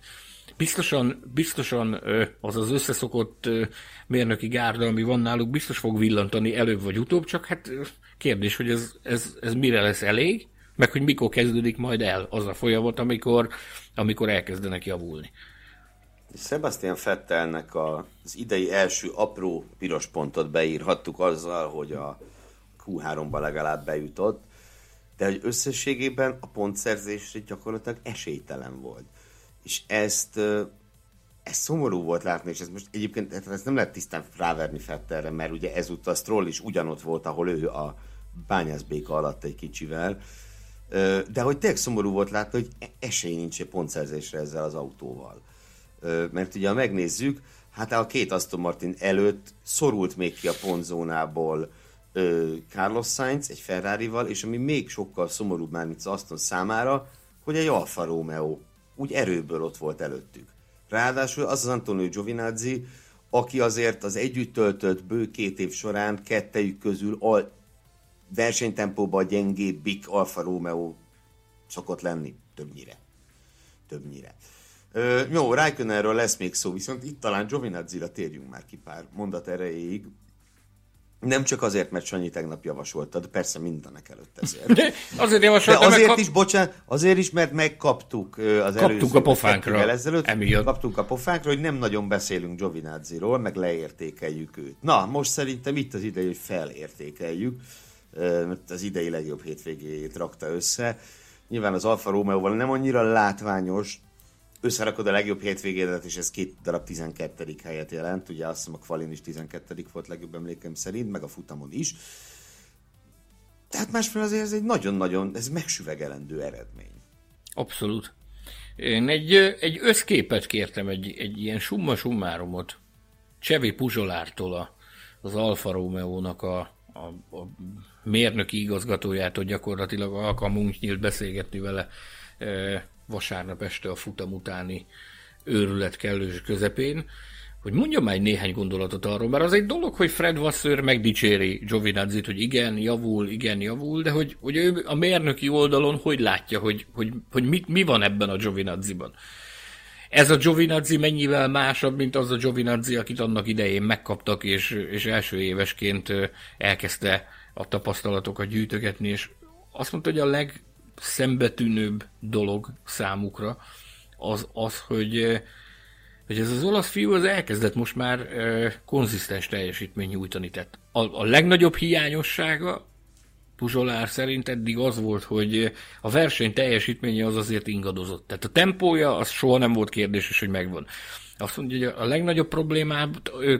Biztosan az összeszokott mérnöki gárda, ami van náluk, biztos fog villantani előbb vagy utóbb, csak hát kérdés, hogy ez mire lesz elég, meg hogy mikor kezdődik majd el az a folyamat, amikor elkezdenek javulni. Sebastian Vettelnek az idei első apró piros pontot beírhattuk azzal, hogy a Q3-ba legalább bejutott, de hogy összességében a pontszerzésre gyakorlatilag esélytelen volt. És ez szomorú volt látni, és ez most egyébként ezt nem lehet tisztán ráverni Vettelre, mert ugye ezúttal Stroll is ugyanott volt, ahol ő a bányászbéka alatt egy kicsivel, de hogy tényleg szomorú volt látni, hogy esély nincs egy pontszerzésre ezzel az autóval. Mert ugye, ha megnézzük, hát a két Aston Martin előtt szorult még ki a pontzónából Carlos Sainz egy Ferrarival, és ami még sokkal szomorúbb már, mint az Aston számára, hogy egy Alfa Romeo úgy erőből ott volt előttük. Ráadásul az Antonio Giovinazzi, aki azért az együtt töltött bő 2 év során kettejük közül a versenytempóban gyengébbik Alfa Romeo szokott lenni. Többnyire. Jó, Raikkonenről lesz még szó, viszont itt talán Giovinazzira térjünk már ki pár mondat erejéig. Nem csak azért, mert Sanyi tegnap javasoltad, persze mindenek előtt ezért. De azért javasoltam, azért is, mert megkaptuk az előző a pofánkra. Kaptunk a pofánkra, hogy nem nagyon beszélünk Giovinazziról, meg leértékeljük őt. Na, most szerintem itt az ideje, hogy felértékeljük, mert az idei legjobb hétvégéjét rakta össze. Nyilván az Alfa Romeo-val nem annyira látványos, összerakod a legjobb hétvégédet, és ez 2 darab 12. helyet jelent. Ugye azt hiszem a kvalin is 12. volt legjobb emlékem szerint, meg a futamon is. Tehát másfél azért ez egy nagyon-nagyon, ez megsüvegelendő eredmény. Abszolút. Én egy összképet kértem, egy ilyen summa summárumot Chevy Pujolartól az Alfa Romeo-nak a mérnöki igazgatójától, gyakorlatilag alkalmunk nyílt beszélgetni vele vasárnap este a futam utáni őrület kellős közepén, hogy mondja már néhány gondolatot arról, mert az egy dolog, hogy Fred Vasseur megdicséri Giovinazzit, hogy igen, javul, de hogy ő a mérnöki oldalon hogy látja, hogy mi van ebben a Giovinazziban. Ez a Giovinazzi mennyivel másabb, mint az a Giovinazzi, akit annak idején megkaptak, és első évesként elkezdte a tapasztalatokat gyűjtögetni, és azt mondta, hogy a legszembetűnőbb dolog számukra az, hogy ez az olasz fiú az elkezdett most már konzisztens teljesítmény nyújtani. Tehát a legnagyobb hiányossága Pujolár szerint eddig az volt, hogy a verseny teljesítménye az azért ingadozott. Tehát a tempója az soha nem volt kérdéses, hogy megvan. Azt mondja, hogy a legnagyobb problémában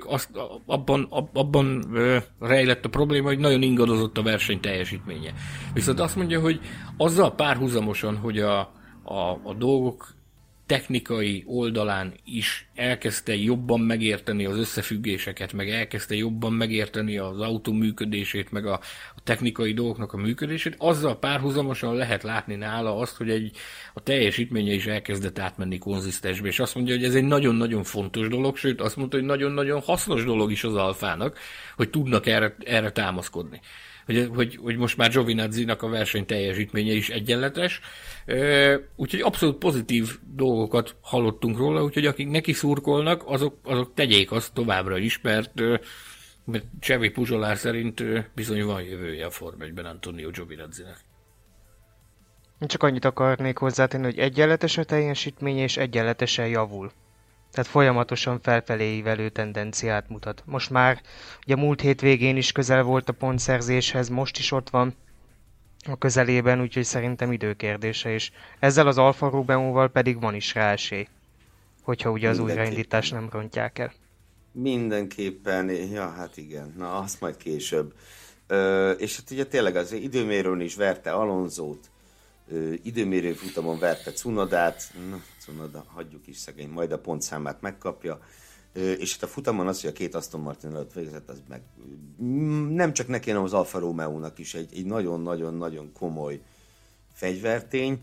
abban rejlett a probléma, hogy nagyon ingadozott a verseny teljesítménye. Viszont azt mondja, hogy azzal párhuzamosan, hogy a dolgok technikai oldalán is elkezdte jobban megérteni az összefüggéseket, meg elkezdte jobban megérteni az autó működését, meg a technikai dolgoknak a működését, azzal párhuzamosan lehet látni nála azt, hogy a teljesítménye is elkezdett átmenni konzisztensbe, és azt mondja, hogy ez egy nagyon-nagyon fontos dolog, sőt azt mondta, hogy nagyon-nagyon hasznos dolog is az Alfának, hogy tudnak erre támaszkodni. Hogy most már Giovinazzinak a verseny teljesítménye is egyenletes, úgyhogy abszolút pozitív dolgokat hallottunk róla, úgyhogy akik neki szurkolnak, azok tegyék azt továbbra is, mert Chevy Pujolar szerint bizony van jövője a Forma 1-ben Antonio Giovinazzinak. Én csak annyit akarnék hozzátenni, hogy egyenletes a teljesítménye és egyenletesen javul. Tehát folyamatosan felfelé ívelő tendenciát mutat. Most már ugye múlt hétvégén is közel volt a pontszerzéshez, most is ott van a közelében, úgyhogy szerintem időkérdése is. Ezzel az Alfa Romeo-val pedig van is rá esély, hogyha ugye az újraindítást nem rontják el. Mindenképpen, ja hát igen, na azt majd később. És hát ugye tényleg az időmérőn is verte Alonzót, időmérő futamon verte Cunodát, Cunoda, hagyjuk is szegény, majd a pontszámát megkapja, és itt a futamon az, hogy a két Aston Martin előtt végzett, az meg nem csak neki, hanem az Alfa Romeo-nak is egy nagyon-nagyon-nagyon komoly fegyvertény,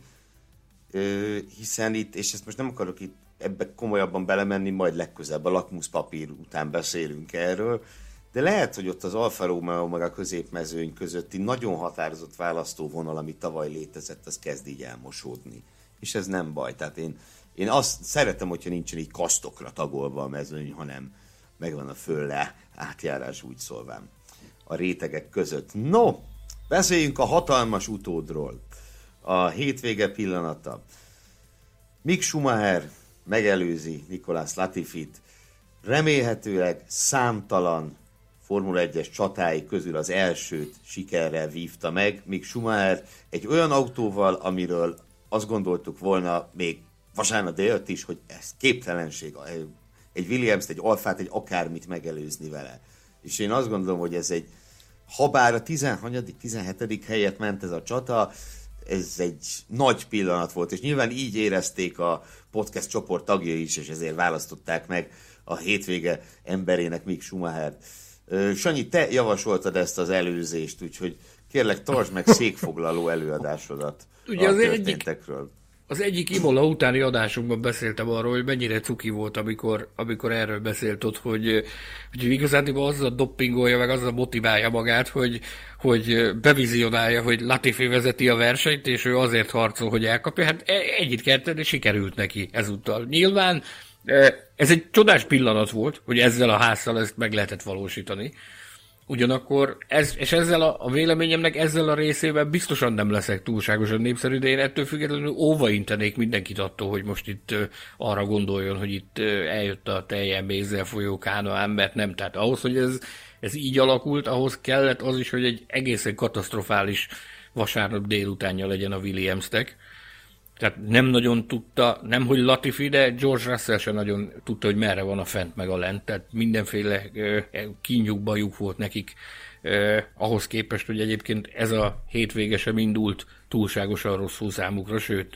hiszen itt, és ezt most nem akarok itt ebbe komolyabban belemenni, majd legközelebb a lakmuszpapír után beszélünk erről, de lehet, hogy ott az Alfa Romeo meg a középmezőny közötti nagyon határozott választóvonal, ami tavaly létezett, az kezd így elmosódni. És ez nem baj. Tehát én azt szeretem, hogyha nincsen így kasztokra tagolva a mezőny, hanem megvan a föl-le átjárás, úgy szólván, a rétegek között. No, beszéljünk a hatalmas utódról. A hétvége pillanata. Mick Schumacher megelőzi Nicolas Latifit. Remélhetőleg számtalan Formula 1-es csatái közül az elsőt sikerrel vívta meg. Mick Schumacher egy olyan autóval, amiről azt gondoltuk volna még vasárnap délután is, hogy ez képtelenség. Egy Williams-t, egy Alfát, egy akármit megelőzni vele. És én azt gondolom, hogy ez egy, habár a 17. helyet ment ez a csata, ez egy nagy pillanat volt, és nyilván így érezték a podcast csoport tagjai is, és ezért választották meg a hétvége emberének Mick Schumachert. Sanyi, te javasoltad ezt az előzést, úgyhogy kérlek, tartsd meg székfoglaló előadásodat ugye a történtekről. Az egyik Imola utáni adásunkban beszéltem arról, hogy mennyire cuki volt, amikor erről beszélt ott, hogy igazán azzal doppingolja, meg azzal motiválja magát, hogy bevizionálja, hogy Latifi vezeti a versenyt, és ő azért harcol, hogy elkapja. Hát egyik-kettőn, és sikerült neki ezúttal. Nyilván ez egy csodás pillanat volt, hogy ezzel a házzal ezt meg lehetett valósítani. Ugyanakkor ezzel a véleményemnek ezzel a részében biztosan nem leszek túlságosan népszerű, de én ettől függetlenül óvaintenék mindenkit attól, hogy most itt arra gondoljon, hogy itt eljött a teljen mézzel folyó kánoán, mert nem. Tehát ahhoz, hogy ez így alakult, ahhoz kellett az is, hogy egy egészen katasztrofális vasárnap délutánja legyen a Williamsnek. Tehát nem nagyon tudta, nem hogy Latifi, de George Russell sem nagyon tudta, hogy merre van a fent meg a lent. Tehát mindenféle kínjuk, bajuk volt nekik ahhoz képest, hogy egyébként ez a hétvége sem indult túlságosan rosszul számukra, sőt.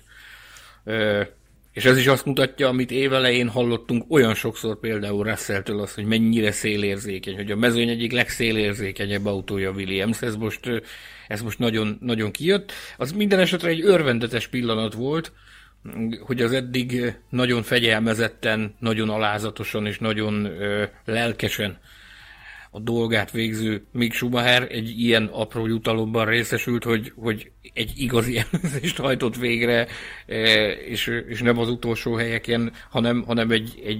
És ez is azt mutatja, amit évelején hallottunk olyan sokszor például Russelltől az, hogy mennyire szélérzékeny, hogy a mezőny egyik legszélérzékenyebb autója Williams, ez most nagyon, nagyon kijött. Az minden esetre egy örvendetes pillanat volt, hogy az eddig nagyon fegyelmezetten, nagyon alázatosan és nagyon lelkesen a dolgát végző Mick Schumacher egy ilyen apró jutalomban részesült, hogy egy igazi elemzést hajtott végre, és nem az utolsó helyeken, hanem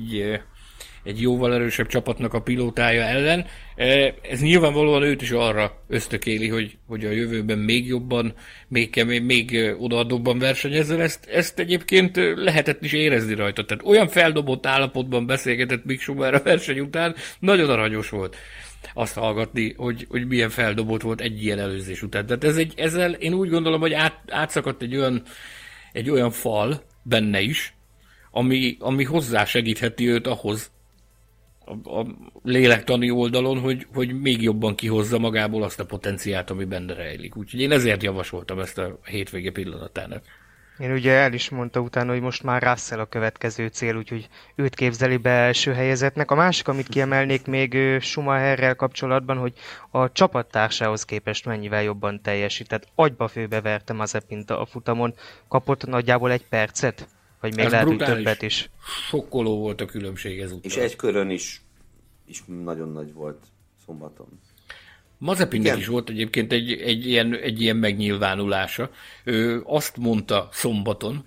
egy jóval erősebb csapatnak a pilótája ellen. Ez nyilvánvalóan őt is arra ösztökéli, hogy a jövőben még jobban, még odaadóbban versenyezzen. Ezt egyébként lehetett is érezni rajta. Tehát olyan feldobott állapotban beszélgetett Mick Schumacher a verseny után, nagyon aranyos volt azt hallgatni, hogy milyen feldobott volt egy ilyen előzés után. Tehát ezzel én úgy gondolom, hogy átszakadt egy olyan fal benne is, ami hozzá segítheti őt ahhoz, a lélektani oldalon, hogy még jobban kihozza magából azt a potenciált, ami benne rejlik. Úgyhogy én ezért javasoltam ezt a hétvége pillanatának. Én ugye el is mondta utána, hogy most már Russell a következő cél, úgyhogy őt képzeli be első helyezetnek. A másik, amit kiemelnék még Schumacherrel kapcsolatban, hogy a csapattársához képest mennyivel jobban teljesít. Tehát agyba főbeverte Mazepint a futamon, kapott nagyjából 1 percet, vagy még ez lehet, hogy többet is. Sokkoló volt a különbség ezúttal. És egy körön is nagyon nagy volt szombaton. Mazepinnek is volt egyébként egy ilyen megnyilvánulása. Ő azt mondta szombaton,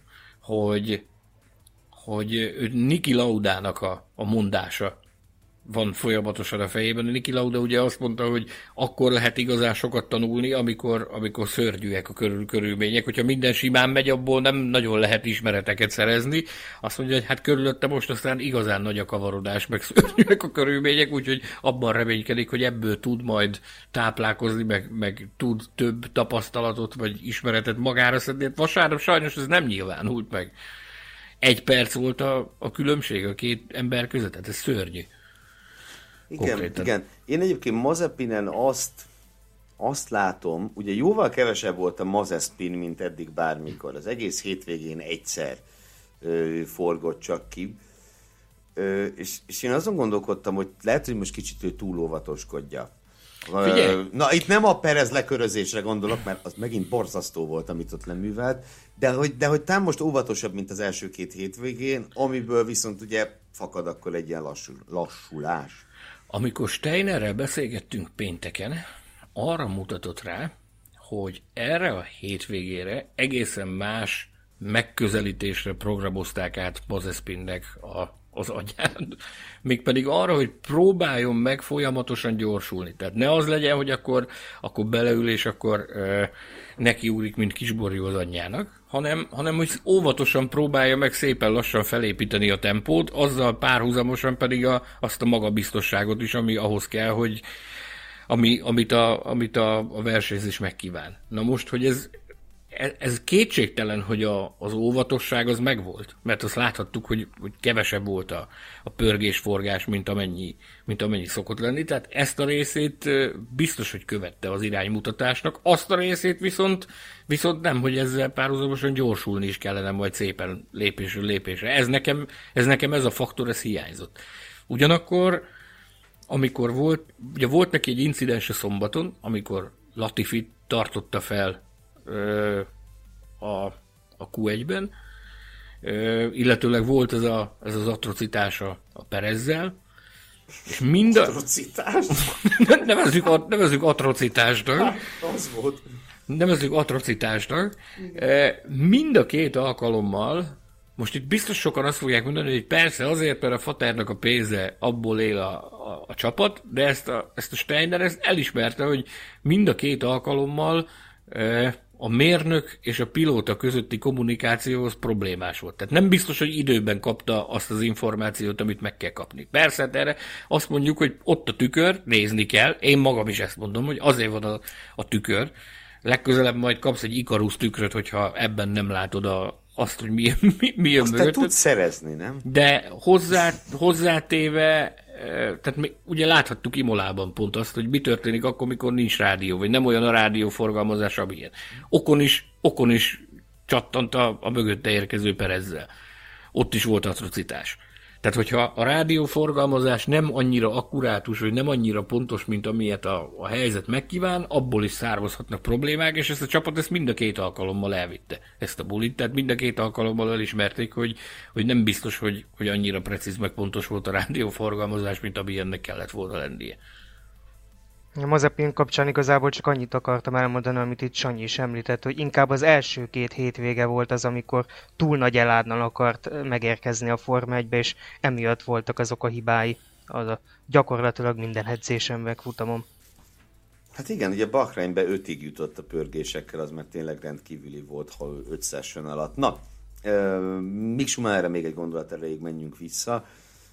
hogy Niki Laudának a mondása van folyamatosan a fejében. Niki Lauda ugye azt mondta, hogy akkor lehet igazán sokat tanulni, amikor szörnyűek a körülmények. Hogyha minden simán megy, abból nem nagyon lehet ismereteket szerezni. Azt mondja, hogy hát körülötte most aztán igazán nagy a kavarodás, meg szörnyűek a körülmények, úgyhogy abban reménykedik, hogy ebből tud majd táplálkozni, meg tud több tapasztalatot, vagy ismeretet magára szedni. Vasárnap sajnos ez nem nyilvánult meg. 1 perc volt a különbség a két ember között, tehát ez szörnyű. Igen. Én egyébként Mazepinen azt látom, ugye jóval kevesebb volt a Mazepin, mint eddig bármikor. Az egész hétvégén egyszer forgott csak ki. és én azon gondolkodtam, hogy lehet, hogy most kicsit ő túl óvatoskodja. Figyelj! Na, itt nem a Perez lekörözésre gondolok, mert az megint borzasztó volt, amit ott leművelt, de hogy talán most óvatosabb, mint az első 2 hétvégén, amiből viszont ugye fakad akkor egy ilyen lassulás. Amikor Steinerrel beszélgettünk pénteken, arra mutatott rá, hogy erre a hétvégére egészen más megközelítésre programozták át Mazepinnek az agyán, mégpedig arra, hogy próbáljon meg folyamatosan gyorsulni. Tehát ne az legyen, hogy akkor beleül, és akkor nekiúrik, mint kisborjú az anyjának, hanem hogy óvatosan próbálja meg szépen lassan felépíteni a tempót, azzal párhuzamosan pedig azt a magabiztosságot is, ami ahhoz kell, hogy amit a versenyzés megkíván. Na most, hogy ez kétségtelen, hogy az óvatosság az megvolt, mert azt láthattuk, hogy kevesebb volt a pörgésforgás, mint amennyi szokott lenni, tehát ezt a részét biztos, hogy követte az iránymutatásnak, azt a részét viszont nem, hogy ezzel párhuzamosan gyorsulni is kellene majd szépen lépésről lépésre. Ez nekem ez a faktor, ez hiányzott. Ugyanakkor, amikor volt neki egy incidens a szombaton, amikor Latifi tartotta fel a Q1-ben, illetőleg volt ez az atrocitás a Perezzel, és mind a... Atrocitás? Nevezzük atrocitásnak. Az volt. Nevezzük atrocitásnak. Mind a 2 alkalommal, most itt biztos sokan azt fogják mondani, hogy persze azért, mert a Vaternak a pénze abból él a csapat, de ezt a Steiner elismerte, hogy mind a 2 alkalommal a mérnök és a pilóta közötti kommunikáció az problémás volt. Tehát nem biztos, hogy időben kapta azt az információt, amit meg kell kapni. Persze, erre azt mondjuk, hogy ott a tükör, nézni kell. Én magam is ezt mondom, hogy azért van a tükör. Legközelebb majd kapsz egy Ikarus tükröt, hogyha ebben nem látod azt, hogy mi jön azt mögött. te tudsz szerezni, nem? De hozzátéve, tehát ugye láthattuk Imolában pont azt, hogy mi történik akkor, mikor nincs rádió, vagy nem olyan a rádióforgalmazás, amilyen. Okon is csattant a mögötte érkező Perezzel. Ott is volt atrocitás. Tehát, hogyha a rádióforgalmazás nem annyira akkurátus, vagy nem annyira pontos, mint amilyet a helyzet megkíván, abból is származhatnak problémák, és ezt a csapat ezt mind a 2 alkalommal elvitte, ezt a bulit. Tehát mind a 2 alkalommal elismerték, hogy nem biztos, hogy annyira precíz meg pontos volt a rádióforgalmazás, mint ami ennek kellett volna lennie. A Mazepin kapcsán igazából csak annyit akartam elmondani, amit itt Sanyi is említett, hogy inkább az első 2 hétvége volt az, amikor túl nagy eládnal akart megérkezni a Forma 1-be, és emiatt voltak azok a hibái gyakorlatilag minden edzésen meg futamon. Hát igen, ugye Bahreinbe 5-ig jutott a pörgésekkel, az már tényleg rendkívüli volt, ha 5 session alatt. Na, Mick Schumacherre még egy gondolat erejéig menjünk vissza,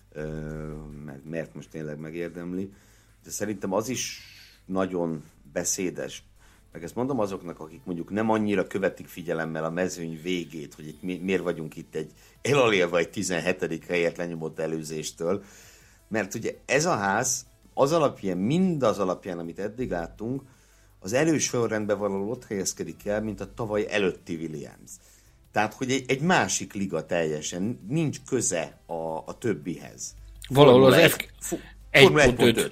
mert most tényleg megérdemli. De szerintem az is nagyon beszédes. Meg ezt mondom azoknak, akik mondjuk nem annyira követik figyelemmel a mezőny végét, hogy miért vagyunk itt egy elalélve egy 17. helyet lenyomott előzéstől. Mert ugye ez a ház az alapján, mindaz alapján, amit eddig láttunk, az elősorrendben valahol ott helyezkedik el, mint a tavaly előtti Williams. Tehát, hogy egy másik liga teljesen, nincs köze a többihez. Valahol az Formula 1.5.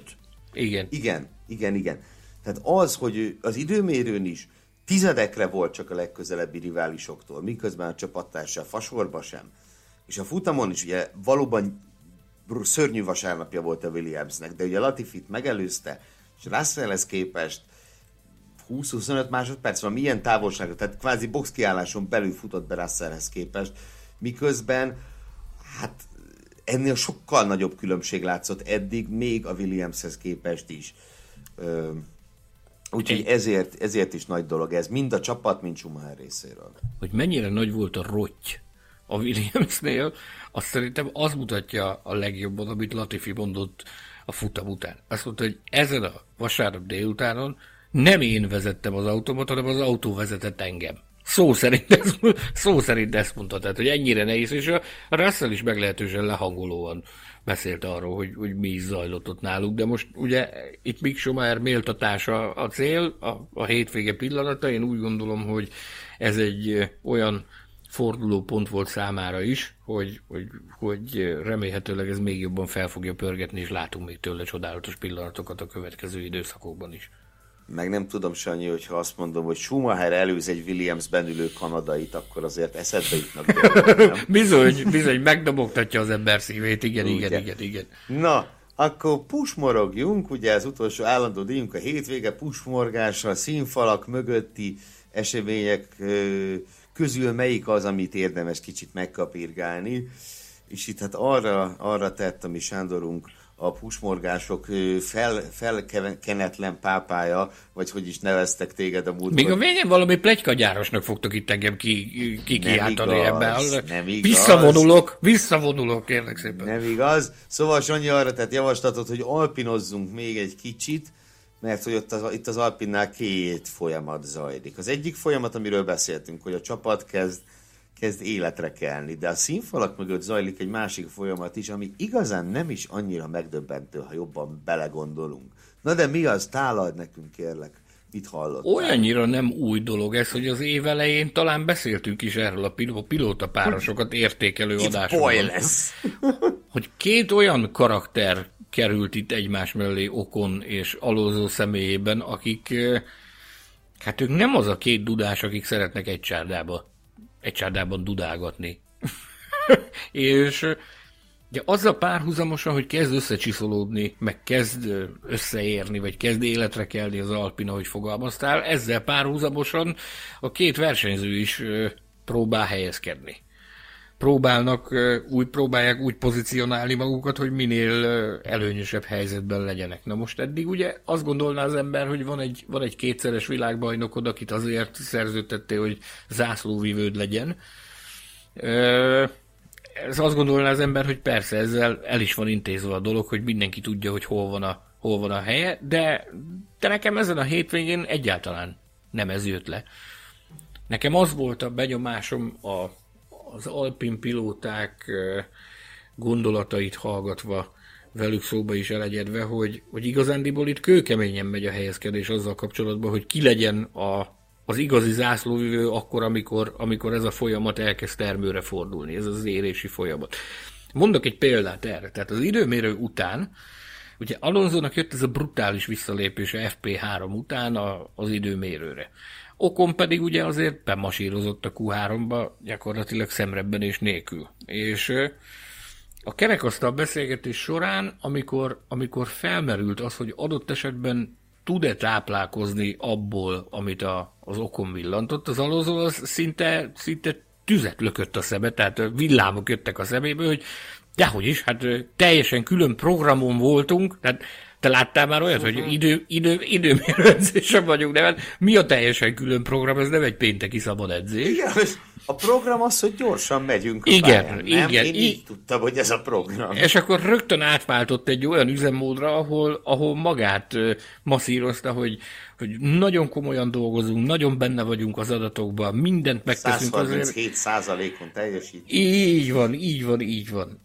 Igen. Tehát az, hogy az időmérőn is tizedekre volt csak a legközelebbi riválisoktól, miközben a csapattársa fasorba sem. És a futamon is ugye valóban szörnyű vasárnapja volt a Williamsnek, de ugye Latifit megelőzte, és Russellhez képest 20-25 másodperc van, milyen távolságra, tehát kvázi boxkiálláson belül futott be Russellhez képest, miközben hát ennél sokkal nagyobb különbség látszott eddig, még a Williamshez képest is. Úgyhogy ezért is nagy dolog ez, mind a csapat, mind Schumacher részéről. Hogy mennyire nagy volt a rotty a Williamsnél, azt szerintem az mutatja a legjobban, amit Latifi mondott a futam után. Azt mondta, hogy ezen a vasárnap délutánon nem én vezettem az autómat, hanem az autó vezetett engem. Szó szerint ezt mondta, tehát, hogy ennyire nehéz, és a Russell is meglehetősen lehangolóan beszélt arról, hogy mi is zajlott ott náluk, de most ugye itt Mick Schumacher méltatása a cél, a hétvége pillanata, én úgy gondolom, hogy ez egy olyan fordulópont volt számára is, hogy remélhetőleg ez még jobban fel fogja pörgetni, és látunk még tőle csodálatos pillanatokat a következő időszakokban is. Meg nem tudom, Sanyi, hogyha azt mondom, hogy Schumacher előz egy Williamsben ülő kanadait, akkor azért eszedbe jutnak dolgok, nem? Bizony, megdobogtatja az ember szívét, igen. Na, akkor pusmorogjunk, ugye az utolsó állandó díjunk a hétvége, pusmorgással, színfalak mögötti események közül melyik az, amit érdemes kicsit megkapirgálni, és itt hát arra tett a mi Sándorunk a pusmorgások felkenetlen pápája, vagy hogy is neveztek téged a múltkor. Még a végén valami pletykagyárosnak fogtok itt engem kiáltani ebben. Nem igaz. Visszavonulok, kérlek szépen. Nem igaz. Szóval Sanyi arra tett javaslatot, hogy alpinozzunk még egy kicsit, mert hogy itt az Alpinnál két folyamat zajlik. Az egyik folyamat, amiről beszéltünk, hogy a csapat kezd életre kelni, de a színfalak mögött zajlik egy másik folyamat is, ami igazán nem is annyira megdöbbentő, ha jobban belegondolunk. Na de mi az? Tálald nekünk, kérlek. Mit hallottál? Olyannyira nem új dolog ez, hogy az év elején talán beszéltünk is erről a pilótapárosokat értékelő adásban. lesz. Hogy két olyan karakter került itt egymás mellé Ocon és Alonso személyében, akik, hát ők nem az a két dudás, akik szeretnek egy csárdában dudálgatni. És ugye azzal párhuzamosan, hogy kezd összecsiszolódni, meg kezd összeérni, vagy kezd életre kelni az Alpina, ahogy fogalmaztál, ezzel párhuzamosan a két versenyző is próbál helyezkedni. Próbálják úgy pozícionálni magukat, hogy minél előnyösebb helyzetben legyenek. Na most eddig ugye azt gondolná az ember, hogy van egy kétszeres világbajnokod, akit azért szerződtettél, hogy zászlóvivőd legyen. Ez azt gondolná az ember, hogy persze ezzel el is van intézve a dolog, hogy mindenki tudja, hogy hol van a helye, de nekem ezen a hétvégén egyáltalán nem ez jött le. Nekem az volt a benyomásom az alpin pilóták gondolatait hallgatva, velük szóba is elegyedve, hogy igazándiból itt kőkeményen megy a helyezkedés azzal kapcsolatban, hogy ki legyen az igazi zászlóvivő akkor, amikor ez a folyamat elkezd termőre fordulni, ez az érési folyamat. Mondok egy példát erre. Tehát az időmérő után, ugye Alonsónak jött ez a brutális visszalépés a FP3 után az időmérőre. Ocon pedig ugye azért bemasírozott a Q3-ba, gyakorlatilag szemrebbenés nélkül. És a kerekasztal beszélgetés során, amikor felmerült az, hogy adott esetben tud-e táplálkozni abból, amit az Ocon villantott, az Alonso az szinte tüzet lökött a szembe, tehát villámok jöttek a szemébe, hogy dehogy is, hát teljesen külön programon voltunk, tehát te láttál már olyat, hogy időmérő edzésen vagyunk, de hát mi a teljesen külön program, ez nem egy pénteki szabad edzés. Igen, a program az, hogy gyorsan megyünk a igen, pályán, nem? Igen. Én így tudtam, hogy ez a program. És akkor rögtön átváltott egy olyan üzemmódra, ahol magát masszírozta, hogy nagyon komolyan dolgozunk, nagyon benne vagyunk az adatokban, mindent megteszünk. 137%-on teljesít. Így van.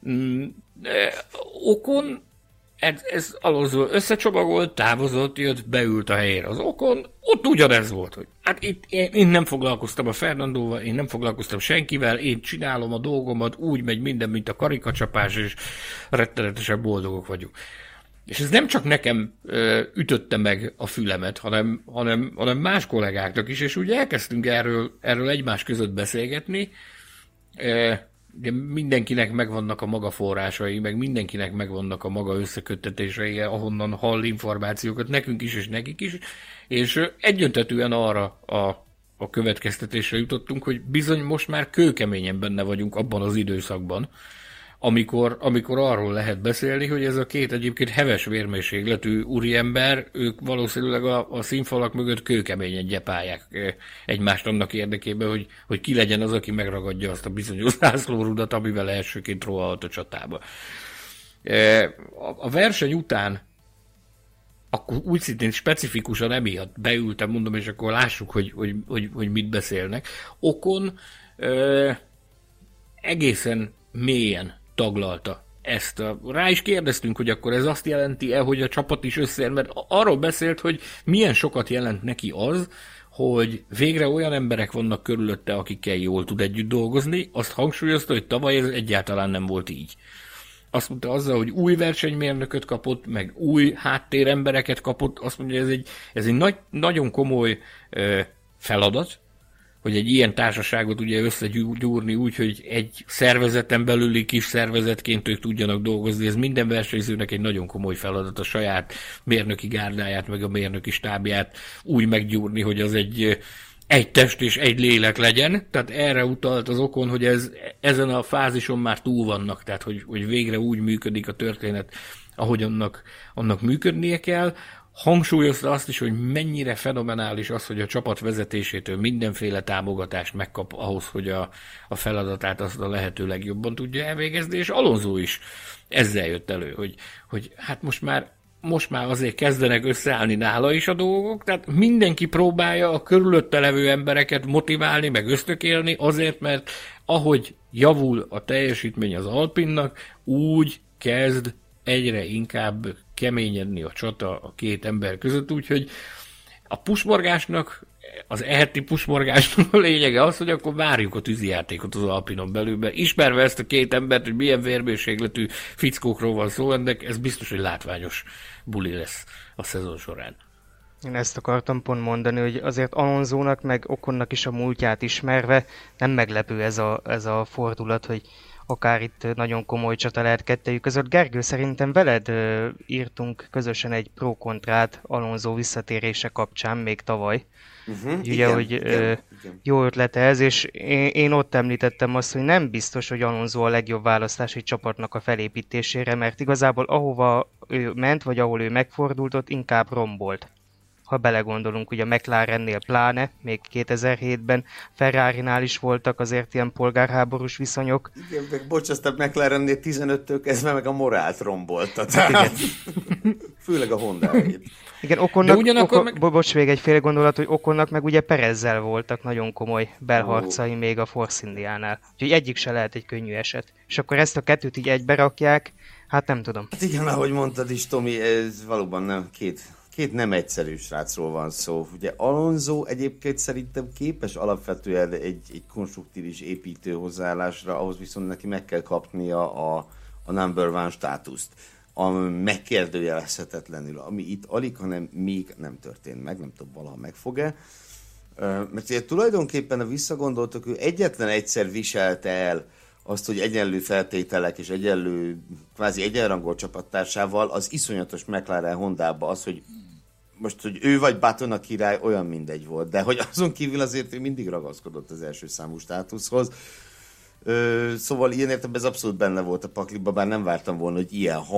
Ocon ez Alonso összecsomagolt, távozott, jött, beült a helyére az Ocon, ott ugyanez volt, hogy hát itt én nem foglalkoztam a Fernandóval, én nem foglalkoztam senkivel, én csinálom a dolgomat, úgy megy minden, mint a karikacsapás, és rettenetesen boldogok vagyunk. És ez nem csak nekem ütötte meg a fülemet, hanem más kollégáknak is, és úgy elkezdtünk erről egymás között beszélgetni, de mindenkinek megvannak a maga forrásai, meg mindenkinek megvannak a maga összeköttetései, ahonnan hall információkat, nekünk is és nekik is, és egyöntetűen arra a következtetésre jutottunk, hogy bizony most már kőkeményen benne vagyunk abban az időszakban, amikor arról lehet beszélni, hogy ez a két egyébként heves vérmérsékletű úriember, ők valószínűleg a színfalak mögött kőkeményen gyepálják egymást annak érdekében, hogy ki legyen az, aki megragadja azt a bizonyos zászlórudat, amivel elsőként rohalt a csatába. A verseny után akkor úgy szintén specifikusan emiatt beültem, mondom, és akkor lássuk, hogy mit beszélnek. Ocon egészen mélyen taglalta ezt. Rá is kérdeztünk, hogy akkor ez azt jelenti-e, hogy a csapat is összeér, mert arról beszélt, hogy milyen sokat jelent neki az, hogy végre olyan emberek vannak körülötte, akikkel jól tud együtt dolgozni. Azt hangsúlyozta, hogy tavaly ez egyáltalán nem volt így. Azt mondta azzal, hogy új versenymérnököt kapott, meg új háttérembereket kapott, azt mondja, ez egy nagyon komoly feladat, hogy egy ilyen társaságot ugye összegyúrni úgy, hogy egy szervezeten belüli kis szervezetként ők tudjanak dolgozni. Ez minden versenyzőnek egy nagyon komoly feladat, a saját mérnöki gárdáját, meg a mérnöki stábját úgy meggyúrni, hogy az egy test és egy lélek legyen. Tehát erre utalt az Ocon, hogy ezen a fázison már túl vannak, tehát hogy végre úgy működik a történet, ahogy annak működnie kell. Hangsúlyozta azt is, hogy mennyire fenomenális az, hogy a csapat vezetésétől mindenféle támogatást megkap ahhoz, hogy a feladatát azt a lehető legjobban tudja elvégezni, és Alonso is ezzel jött elő, hogy hát most már azért kezdenek összeállni nála is a dolgok, tehát mindenki próbálja a körülötte levő embereket motiválni, meg ösztökélni, azért, mert ahogy javul a teljesítmény az Alpinnak, úgy kezd egyre inkább keményedni a csata a két ember között, úgyhogy a pusmorgásnak, az eheti pusmorgásnak a lényege az, hogy akkor várjuk a tűzijátékot az Alpinon belülbe. Ismerve ezt a két embert, hogy milyen vérbőségletű fickókról van szó, ennek ez biztos, hogy látványos buli lesz a szezon során. Én ezt akartam pont mondani, hogy azért Alonsónak meg Oconnak is a múltját ismerve nem meglepő ez a fordulat, hogy akár itt nagyon komoly csata lehet kettejük között. Gergő, szerintem veled írtunk közösen egy pro-kontrát Alonso visszatérése kapcsán még tavaly. Ugye, igen, hogy igen. Jó ötlete ez, és én ott említettem azt, hogy nem biztos, hogy Alonso a legjobb választás egy csapatnak a felépítésére, mert igazából ahova ő ment, vagy ahol ő megfordult, ott inkább rombolt. Ha belegondolunk, ugye a McLarennél pláne, még 2007-ben, Ferrarinál is voltak azért ilyen polgárháborús viszonyok. Igen, meg bocs, azt a McLarennél 15-től kezdve meg a morált rombolta. Főleg a Honda-ét. Igen, Oconnak, bocs, még egy fél gondolat, hogy Oconnak meg ugye Perezzel voltak nagyon komoly belharcai még a Force Indiánál. Úgyhogy egyik se lehet egy könnyű eset. És akkor ezt a kettőt így egybe rakják, hát nem tudom. Hát igen, ahogy mondtad is, Tomi, ez valóban nem két nem egyszerű srácról van szó. Ugye Alonso egyébként szerintem képes alapvetően egy konstruktív és építő hozzáállásra, ahhoz viszont neki meg kell kapnia a number one státuszt, megkérdőjelezhetetlenül, ami itt alig, hanem még nem történt meg, nem tudom, valaha meg fog-e. Mert ugye tulajdonképpen, ha visszagondoltok, ő egyetlen egyszer viselte el azt, hogy egyenlő feltételek és kvázi egyenrangú csapattársával az iszonyatos McLaren Hondába az, hogy most, hogy ő vagy Button a király, olyan mindegy volt. De hogy azon kívül azért ő mindig ragaszkodott az első számú státuszhoz. Szóval ilyen értelemben ez abszolút benne volt a pakliba, bár nem vártam volna, hogy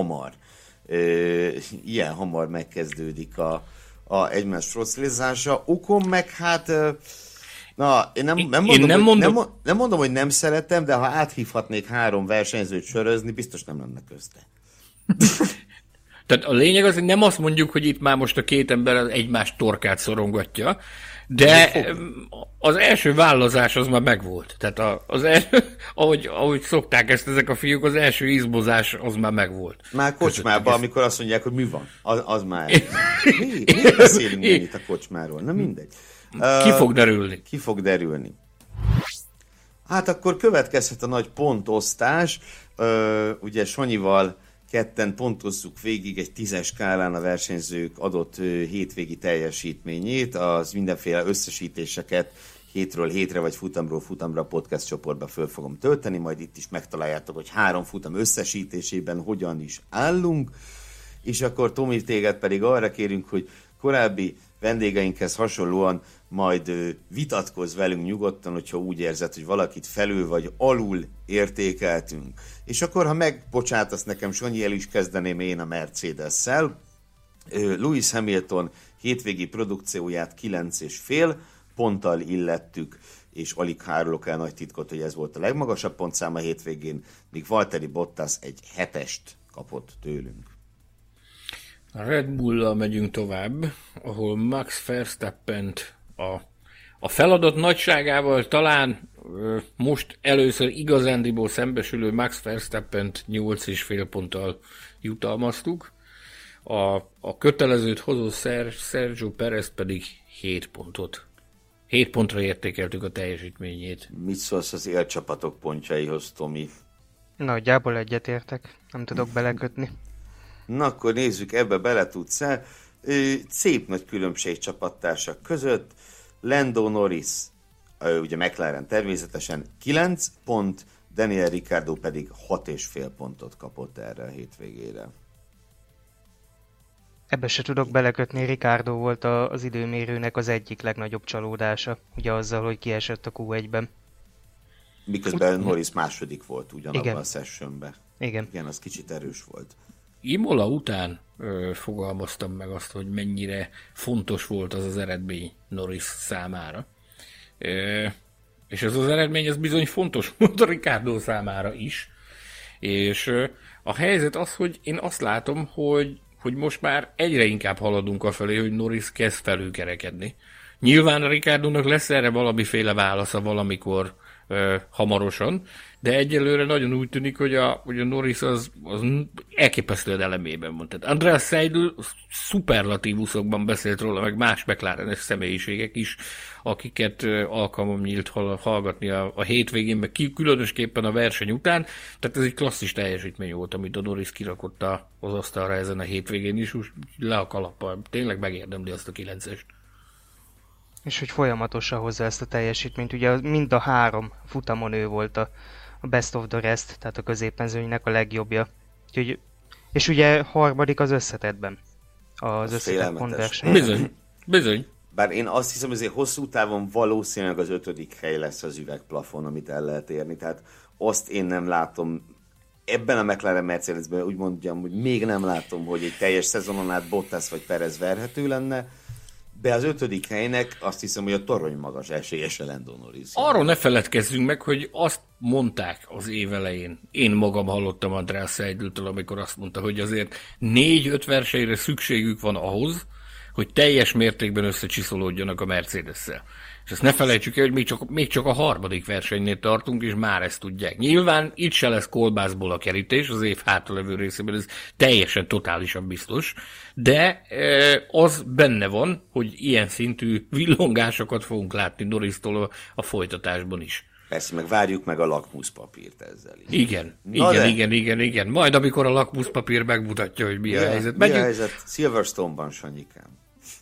ilyen hamar megkezdődik a egymás froszlizása. Ocon meg hát... én nem mondom, hogy nem szeretem, de ha áthívhatnék 3 versenyzőt sörözni, biztos nem lenne közte. Tehát a lényeg az, hogy nem azt mondjuk, hogy itt már most a két ember egymás torkát szorongatja, de az első vállazás az már megvolt. Tehát ahogy szokták ezt ezek a fiúk, az első izmozás az már megvolt. Már kocsmában, amikor azt mondják, hogy mi van, az már... Miért beszélünk itt a kocsmáról? Na mindegy. Ki fog derülni. Hát akkor következhet a nagy pontosztás. Ugye Sanyival ketten pontozzuk végig egy 10-es skálán a versenyzők adott hétvégi teljesítményét, az mindenféle összesítéseket hétről hétre vagy futamról futamra a podcast csoportba föl fogom tölteni, majd itt is megtaláljátok, hogy 3 futam összesítésében hogyan is állunk, és akkor Tomi, téged pedig arra kérünk, hogy korábbi vendégeinkhez hasonlóan majd vitatkozz velünk nyugodtan, hogyha úgy érzed, hogy valakit felül vagy alul értékeltünk. És akkor, ha megbocsátasz nekem, Sanyi, el is kezdeném én a Mercedes-szel. Lewis Hamilton hétvégi produkcióját 9,5 ponttal illettük, és alig hárulok el nagy titkot, hogy ez volt a legmagasabb pontszám a hétvégén, míg Valtteri Bottas egy 7-est kapott tőlünk. A Red Bull-lal megyünk tovább, ahol Max Verstappent a feladat nagyságával talán most először igazándiból szembesülő Max Verstappent 8,5 ponttal jutalmaztuk. A kötelezőt hozó Sergio Perez pedig 7 pontot 7 pontra értékeltük a teljesítményét. Mit szólsz az élcsapatok pontjaihoz, Tomi? Nagyjából egyetértek, nem tudok belekötni. Na akkor nézzük, ebbe bele tudsz-e. Szép nagy különbség csapattársak között. Lando Norris, ugye McLaren természetesen 9 pont, Daniel Ricciardo pedig 6,5 pontot kapott erre a hétvégére. Ebbe se tudok belekötni, Ricciardo volt az időmérőnek az egyik legnagyobb csalódása, ugye azzal, hogy kiesett a Q1-ben. Miközben Norris második volt ugyanabban Igen. a sessionben. Igen. Igen, az kicsit erős volt. Imola után fogalmaztam meg azt, hogy mennyire fontos volt az eredmény Norris számára. És ez az eredmény, ez bizony fontos volt a Ricciardo számára is. És a helyzet az, hogy én azt látom, hogy most már egyre inkább haladunk afelé, hogy Norris kezd felülkerekedni. Nyilván a Ricciardónak lesz erre valamiféle válasza valamikor hamarosan, de egyelőre nagyon úgy tűnik, hogy a Norris az elképesztően elemében van. Tehát Andreas Seidl szuperlatívuszokban beszélt róla, meg más McLaren-es személyiségek is, akiket alkalmam nyílt hallgatni a hétvégén, meg különösképpen a verseny után. Tehát ez egy klasszis teljesítmény volt, amit a Norris kirakott az asztalra ezen a hétvégén is, úgy le a kalappal. Tényleg megérdemli azt a 9-est. És hogy folyamatosan hozzá ezt a teljesítményt, ugye mind a 3 futamon ő volt a best of the rest, tehát a középmezőnynek a legjobbja. Úgyhogy, és ugye harmadik az összetettben, az összetett pontversenyen. Bizony. Bár én azt hiszem, hogy azért hosszú távon valószínűleg az 5. hely lesz az üvegplafon, amit el lehet érni. Tehát azt én nem látom, ebben a McLaren Mercedesben úgy mondjam, hogy még nem látom, hogy egy teljes szezonon át Bottas vagy Perez verhető lenne, de az 5. helynek azt hiszem, hogy a torony magas esélyese Lando Norris. Arról ne feledkezzünk meg, hogy azt mondták az év elején. Én magam hallottam Andreas Seidl-től, amikor azt mondta, hogy azért 4-5 versenyre szükségük van ahhoz, hogy teljes mértékben összecsiszolódjanak a Mercedes-szel. És ezt ne felejtsük el, hogy még csak a 3. versenynél tartunk, és már ezt tudják. Nyilván itt se lesz kolbászból a kerítés, az év hátralevő részében ez teljesen, totálisan biztos, de az benne van, hogy ilyen szintű villongásokat fogunk látni Norristól a folytatásban is. Persze, meg várjuk meg a lakmuszpapírt ezzel is. Igen. Majd amikor a lakmuszpapír megmutatja, hogy mi a helyzet. Mi a helyzet Silverstone-ban, Sanyikám?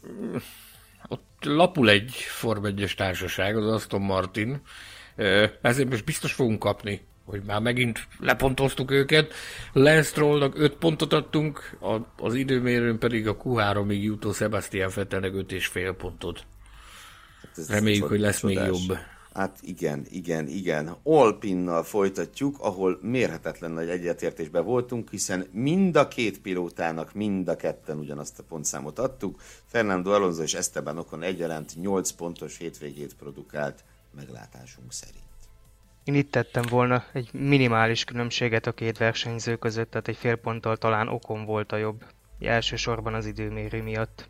Ott lapul egy Form 1-es társaság, az Aston Martin. Ezért most biztos fogunk kapni, hogy már megint lepontoztuk őket. Lance Strollnak 5 pontot adtunk, az időmérőn pedig a Q3-ig jutó Sebastian Vettelnek 5,5 pontot. Hát reméljük, hogy lesz még jobb. Hát igen. Alpinnal folytatjuk, ahol mérhetetlen nagy egyetértésben voltunk, hiszen mind a két pilótának mind a ketten ugyanazt a pontszámot adtuk. Fernando Alonso és Esteban Ocon egyaránt 8 pontos hétvégét produkált meglátásunk szerint. Én itt tettem volna egy minimális különbséget a két versenyző között, tehát egy fél ponttal talán Ocon volt a jobb. Elsősorban az időmérő miatt.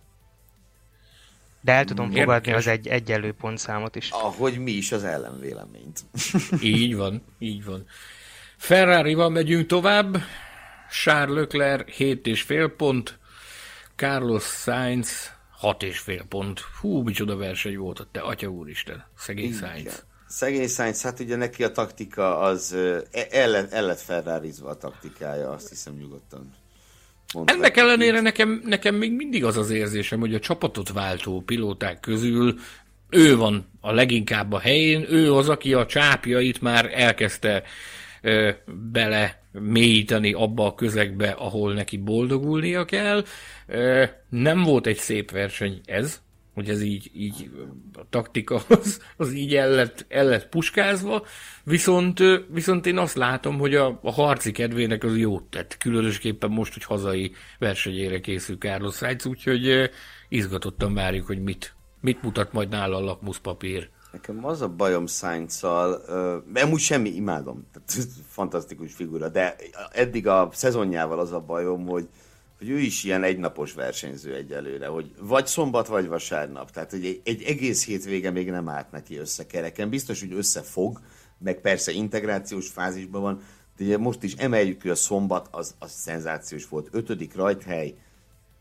De el tudom fogadni az egyenlő pontszámot is. Ahogy mi is az ellenvéleményt. Így van. Ferrarival megyünk tovább. Charles Leclerc 7,5 pont. Carlos Sainz 6,5 pont. Hú, micsoda verseny volt ott, te atya úristen. Szegény Sainz. Szegény Sainz, hát ugye neki a taktika az el lett Ferrarizva a taktikája, azt hiszem nyugodtan. Ennek ellenére nekem még mindig az az érzésem, hogy a csapatot váltó pilóták közül ő van a leginkább a helyén, ő az, aki a csápjait már elkezdte bele mélyíteni abba a közegbe, ahol neki boldogulnia kell. Nem volt egy szép verseny ez, hogy ez így a taktika az így el lett puskázva, viszont én azt látom, hogy a harci kedvének az jót tett, különösképpen most, hogy hazai versenyére készül Carlos Sainz, úgyhogy izgatottan várjuk, hogy mit mutat majd nála a lakmuszpapír. Nekem az a bajom Sainz-szal, amúgy semmi, imádom, fantasztikus figura, de eddig a szezonjával az a bajom, hogy ő is ilyen egynapos versenyző egyelőre, hogy vagy szombat, vagy vasárnap. Tehát egy egész hétvége még nem állt neki összekereken. Biztos, hogy összefog, meg persze integrációs fázisban van, de ugye most is emeljük, hogy a szombat az szenzációs volt. 5. rajthely,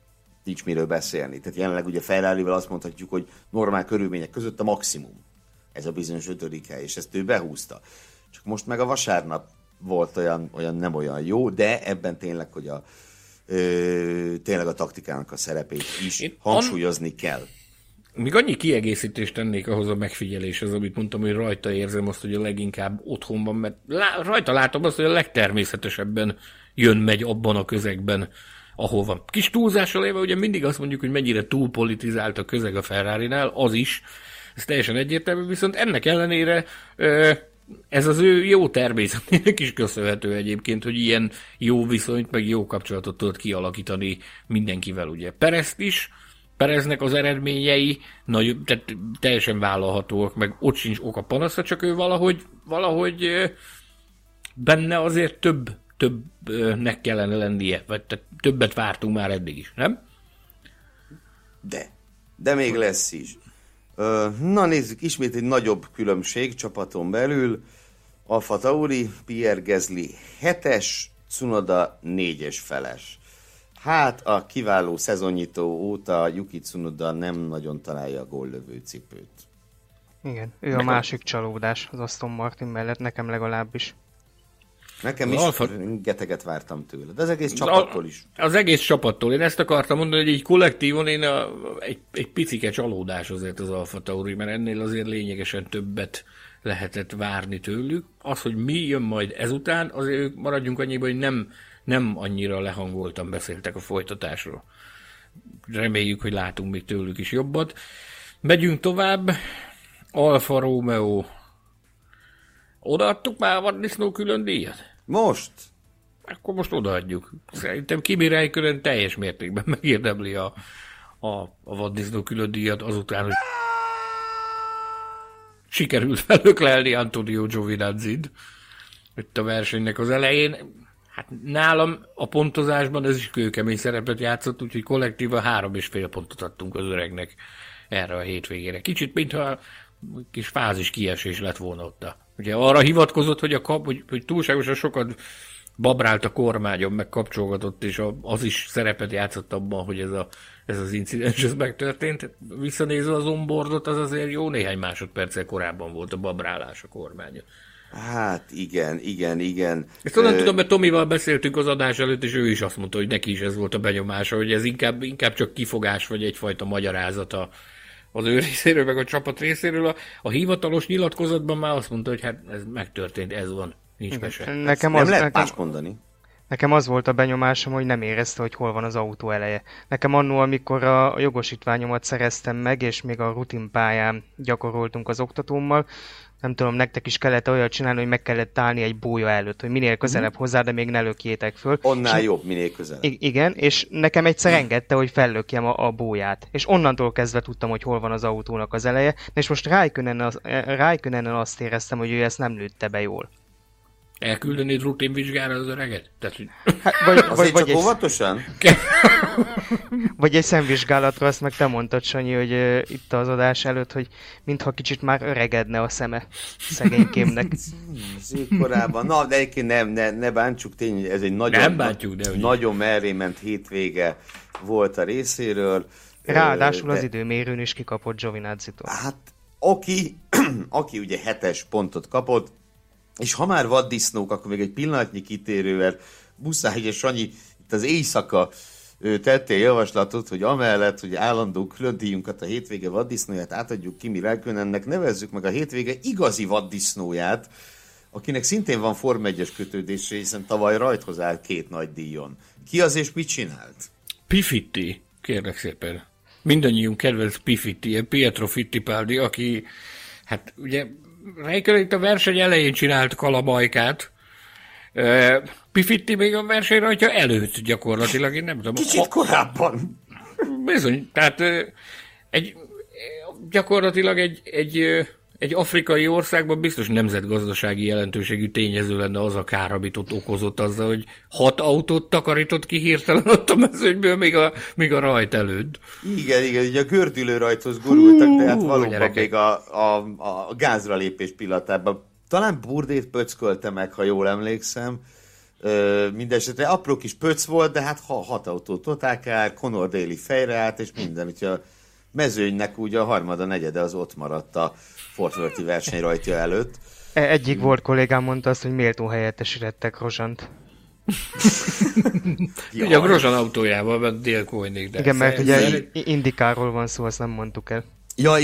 nincs miről beszélni. Tehát jelenleg ugye Ferrarivel azt mondhatjuk, hogy normál körülmények között a maximum. Ez a bizonyos 5. hely, és ezt ő behúzta. Csak most meg a vasárnap volt olyan nem olyan jó, de ebben tényleg, hogy tényleg a taktikának a szerepét is hangsúlyozni kell. Még annyi kiegészítést tennék ahhoz a megfigyeléshez, amit mondtam, hogy rajta érzem azt, hogy a leginkább otthon van, mert rajta látom azt, hogy a legtermészetesebben jön-megy abban a közegben, ahol van. Kis túlzással élve, ugye mindig azt mondjuk, hogy mennyire túlpolitizált a közeg a Ferrarinál, az is, ez teljesen egyértelmű, viszont ennek ellenére ez az ő jó természetének is köszönhető egyébként, hogy ilyen jó viszonyt, meg jó kapcsolatot tudott kialakítani mindenkivel, ugye. Perezt is, Pereznek az eredményei tehát teljesen vállalhatóak, meg ott sincs oka panaszra, csak ő valahogy benne azért többnek kellene lennie, vagy többet vártunk már eddig is, nem? De még lesz is. Na nézzük, ismét egy nagyobb különbség csapaton belül. Alfa Tauri, Pierre Gasly 7-es, Tsunoda 4-es feles. Hát a kiváló szezonnyitó óta Yuki Tsunoda nem nagyon találja a góllövő cipőt. Igen, ő a másik csalódás az Aston Martin mellett, nekem legalábbis. Nekem is rengeteget vártam tőle, de az egész csapattól is. Az egész csapattól. Én ezt akartam mondani, hogy így kollektívon egy picike csalódás azért az Alfa Tauri, mert ennél azért lényegesen többet lehetett várni tőlük. Az, hogy mi jön majd ezután, azért maradjunk annyiban, hogy nem annyira lehangoltan beszéltek a folytatásról. Reméljük, hogy látunk még tőlük is jobbat. Megyünk tovább. Alfa Romeo. Odaadtuk már a vaddisznó külön díjat? Most? Akkor most odaadjuk. Szerintem Kimi Räikkönen teljes mértékben megérdemli a vaddisznó külön díjat azután, hogy sikerült felöklelni Antonio Giovinazzi-t itt a versenynek az elején. Hát nálam a pontozásban ez is kőkemény szerepet játszott, úgyhogy kollektívan 3,5 pontot adtunk az öregnek erre a hétvégére. Kicsit, mintha kis fázis kiesés lett volna ott. Ugye arra hivatkozott, hogy túlságosan sokat babrált a kormányon, meg kapcsolgatott, és az is szerepet játszott abban, hogy ez az incidens ez megtörtént. Visszanézve az onboardot, az azért jó néhány másodperccel korábban volt a babrálás a kormányon. Hát igen. Ezt onnan tudom, mert Tomival beszéltünk az adás előtt, és ő is azt mondta, hogy neki is ez volt a benyomása, hogy ez inkább csak kifogás, vagy egyfajta magyarázata az ő részéről, meg a csapat részéről. A hivatalos nyilatkozatban már azt mondta, hogy hát ez megtörtént, ez van, nincs mese. Nem lehet más mondani. Nekem az volt a benyomásom, hogy nem érezte, hogy hol van az autó eleje. Nekem annól, amikor a jogosítványomat szereztem meg, és még a rutinpályán gyakoroltunk az oktatómmal, nem tudom, nektek is kellett olyat csinálni, hogy meg kellett állni egy bója előtt, hogy minél közelebb hozzá, de még ne lökjétek föl. Onnál jobb, minél közelebb. Igen, és nekem egyszer engedte, hogy fellökjem a bóját. És onnantól kezdve tudtam, hogy hol van az autónak az eleje, és most Räikkönen azt éreztem, hogy ő ezt nem lőtte be jól. Elküldenéd rutinvizsgára az öreget? Tehát, hogy... Azért csak óvatosan? Vagy egy szemvizsgálatra, azt meg te mondtad, Sanyi, hogy itt az adás előtt, hogy mintha kicsit már öregedne a szeme szegénykémnek. Székkorában. Na, de egyébként ne bántsuk, tényleg ez egy nagyon merré ment hétvége volt a részéről. Ráadásul az időmérőn is kikapott Giovinazzi-tól. Hát, aki ugye 7-es pontot kapott, és ha már vaddisznók, akkor még egy pillanatnyi kitérővel muszáj, hogy Sanyi itt az éjszaka tettél javaslatot, hogy amellett, hogy állandó különdíjunkat a hétvége vaddisznóját átadjuk Kimi Räikkönennek, nevezzük meg a hétvége igazi vaddisznóját, akinek szintén van Form 1-es kötődése, hiszen tavaly rajthoz áll 2 nagy díjon. Ki az és mit csinált? Pifitti, kérlek szépen. Mindannyiunk kedvenc Pifitti, Pietro Fittipaldi, aki, hát ugye Räikkönen itt a verseny elején csinált kalamajkát. Pifitti még a verseny rajta előtt gyakorlatilag, én nem tudom. Kicsit korábban. Bizony, tehát gyakorlatilag egy afrikai országban biztos nemzetgazdasági jelentőségű tényező lenne az a kár, amit ott okozott azzal, hogy 6 autót takarított ki hirtelen ott a mezőnyből, még a rajt előtt. Igen, ugye a gördülő rajthoz gurultak, de hát valóban még a gázra lépés pillanatában. Talán Burdét pöckölte meg, ha jól emlékszem, Mindenesetre apró kis pöc volt, de hát 6 autó totálkár, Conor Daly fejre állt, és minden, úgyhogy a mezőnynek úgy a harmada, negyede az ott maradt a Fort Worth-i verseny rajtja előtt. Egyik volt kollégám mondta azt, hogy méltó helyettesítettek Grosjeant. Ugye a Grosjean autójával ment Dale Coyne-ig. Igen, mert ugye Indikáról van szó, azt nem mondtuk el. Ja,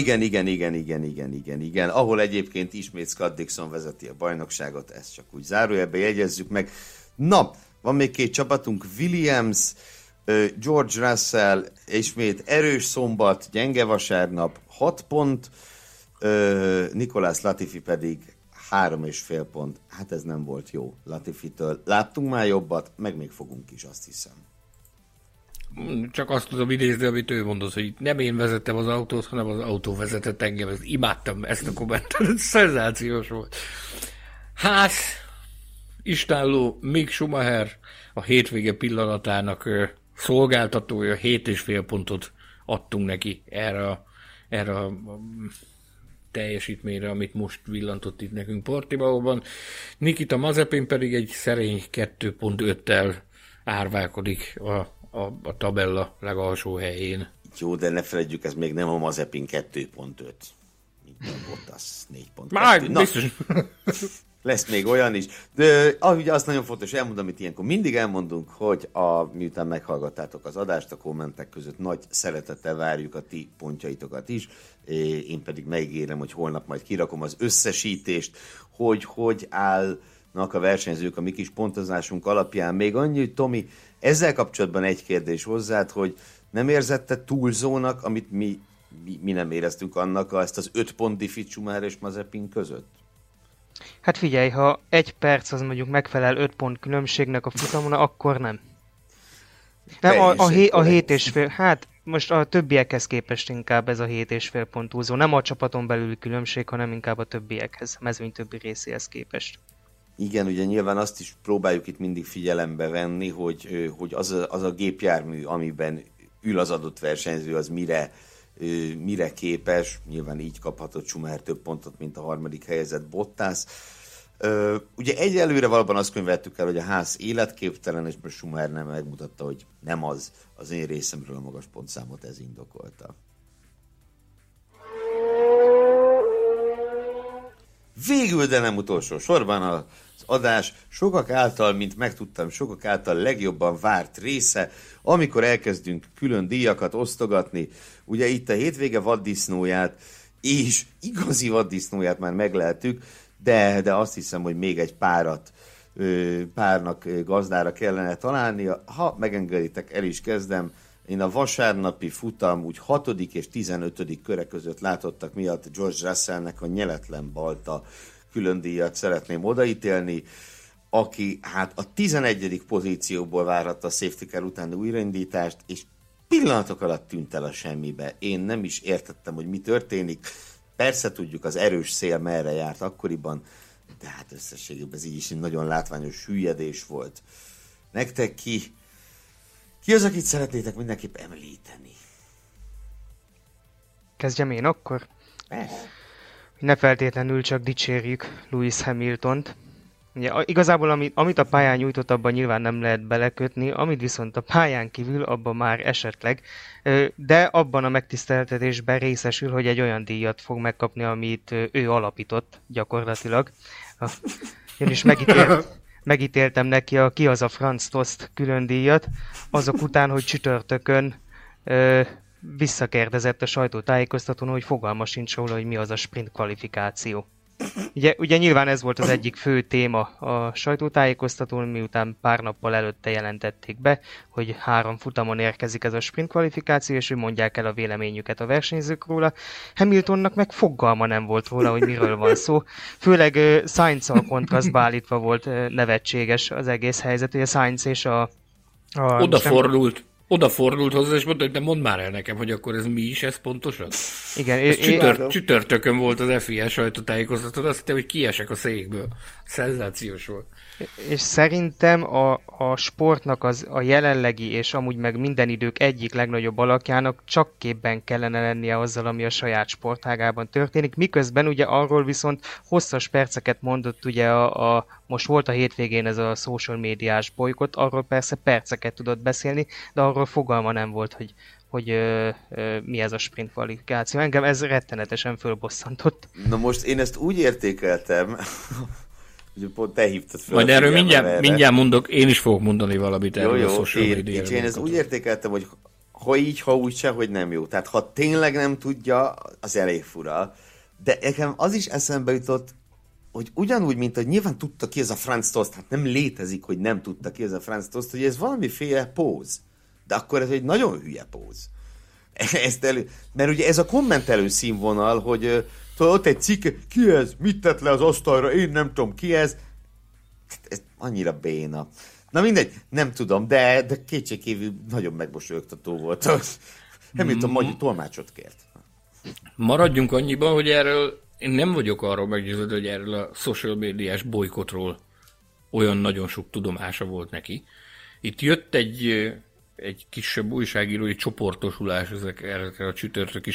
igen. Ahol egyébként ismét Scott Dixon vezeti a bajnokságot, ezt csak úgy zárójelbe jegyezzük meg. Na, van még 2 csapatunk, Williams, George Russell, ismét erős szombat, gyenge vasárnap, 6 pont, Nicolas Latifi pedig 3,5 pont. Hát ez nem volt jó Latifitől. Láttunk már jobbat, meg még fogunk is, azt hiszem. Csak azt tudom idézni, amit ő mondott, hogy nem én vezettem az autót, hanem az autó vezetett engem. Ezt imádtam ezt a kommentet, ez szenzációs volt. Hát, istálló Mick Schumacher a hétvége pillanatának szolgáltatója, 7,5 pontot adtunk neki erre a teljesítményre, amit most villantott itt nekünk Portimaóban. Nikita Mazepin pedig egy szerény 2,5-tel árválkodik a tabella legalsó helyén. Jó, de ne feledjük, ez még nem a Mazepin 2,5. Bottas 4,2. Már biztos. Lesz még olyan is. De ugye azt nagyon fontos elmondani, amit ilyenkor mindig elmondunk, hogy miután meghallgattátok az adást, a kommentek között nagy szeretettel várjuk a ti pontjaitokat is. Én pedig megígérem, hogy holnap majd kirakom az összesítést, hogy állnak a versenyzők a mi kis pontozásunk alapján. Még annyi, hogy Tomi, ezzel kapcsolatban egy kérdés hozzád, hogy nem érzette túlzónak, amit mi nem éreztünk annak, ezt az 5 pont diffit Schumacher és Mazepin között? Hát figyelj, ha 1 perc az mondjuk megfelel 5 pont különbségnek a futamon, akkor nem. Nem, a 7,5, hát most a többiekhez képest inkább ez a 7,5 pont túlzó. Nem a csapaton belüli különbség, hanem inkább a többiekhez, a mezőny többi részéhez képest. Igen, ugye nyilván azt is próbáljuk itt mindig figyelembe venni, hogy az a gépjármű, amiben ül az adott versenyző, az mire képes. Nyilván így kaphatott Schumacher több pontot, mint a harmadik helyezett Bottas. Ugye egyelőre valóban azt könyveltük el, hogy a ház életképtelen, és most Schumacher nem megmutatta, hogy nem az én részemről a magas pontszámot ez indokolta. Végül, de nem utolsó sorban az adás sokak által legjobban várt része, amikor elkezdünk külön díjakat osztogatni. Ugye itt a hétvége vaddisznóját és igazi vaddisznóját már megleltük, de azt hiszem, hogy még egy párnak gazdára kellene találnia. Ha megengeditek, el is kezdem. Én a vasárnapi futam úgy 6. és 15. köre között látottak miatt George Russellnek a nyeletlen balta külön díjat szeretném odaítélni, aki hát a 11. pozícióból várhatta a safety car utáni újraindítást, és pillanatok alatt tűnt el a semmibe. Én nem is értettem, hogy mi történik. Persze tudjuk, az erős szél merre járt akkoriban, de hát összességében ez így is egy nagyon látványos hüllyedés volt. Nektek ki az, akit szeretnétek mindenképp említeni? Kezdjem én akkor? Ne feltétlenül csak dicsérjük Lewis Hamiltont. Ugye, igazából amit a pályán nyújtott, abban nyilván nem lehet belekötni, amit viszont a pályán kívül, abban már esetleg, de abban a megtiszteltetésben részesül, hogy egy olyan díjat fog megkapni, amit ő alapított gyakorlatilag. Én is megítéltem neki a Ki az a Franz Tost külön díjat, azok után, hogy csütörtökön visszakérdezett a sajtótájékoztatón, hogy fogalma sincs róla, hogy mi az a sprint kvalifikáció. Ugye nyilván ez volt az egyik fő téma a sajtótájékoztatón, miután pár nappal előtte jelentették be, hogy 3 futamon érkezik ez a sprint kvalifikáció, és hogy mondják el a véleményüket a versenyzők róla. Hamiltonnak meg fogalma nem volt róla, hogy miről van szó. Főleg Sainz-szal kontrasztba állítva volt nevetséges az egész helyzet, hogy a Sainz és odafordult. odafordult hozzá, és mondta, hogy de mondd már el nekem, hogy akkor ez mi is ez pontosan? Igen, Ez csütörtökön volt az FIA sajtótájékoztatón, azt hittem, hogy kiesek a székből. Szenzációs volt. És szerintem a sportnak a jelenlegi és amúgy meg minden idők egyik legnagyobb alakjának csak képben kellene lennie azzal, ami a saját sportágában történik, miközben ugye arról viszont hosszas perceket mondott, ugye most volt a hétvégén ez a social médiás bolykott, arról persze perceket tudott beszélni, de arról fogalma nem volt, hogy mi ez a sprint kvalifikáció. Engem ez rettenetesen fölbosszantott. Na most én ezt úgy értékeltem, hogy pont te hívtad fel. Majd erről mindjárt mondok, én is fogok mondani valamit erről a social médiáról. Én ezt úgy értékeltem, hogy ha így, ha úgy se, hogy nem jó. Tehát ha tényleg nem tudja, az elég fura. De nekem az is eszembe jutott, hogy ugyanúgy, mint hogy nyilván tudta ki ez a Franz Tost, hát nem létezik, hogy nem tudta ki ez a Franz Tost, hogy ez valamiféle póz. De akkor ez egy nagyon hülye póz. Mert ugye ez a kommentelő színvonal, hogy ott egy cikk, ki ez, mit tett le az asztalra, én nem tudom ki ez. Ez annyira béna. Na mindegy, nem tudom, de kétségkívül nagyon megmosolyogtató volt. Nem tudom, hogy tolmácsot kért. Maradjunk annyiban, hogy erről én nem vagyok arról meggyőződve, hogy erről a social médiás bolykotról olyan nagyon sok tudomása volt neki. Itt jött egy kisebb újságírói csoportosulás ezekre a csütörtöki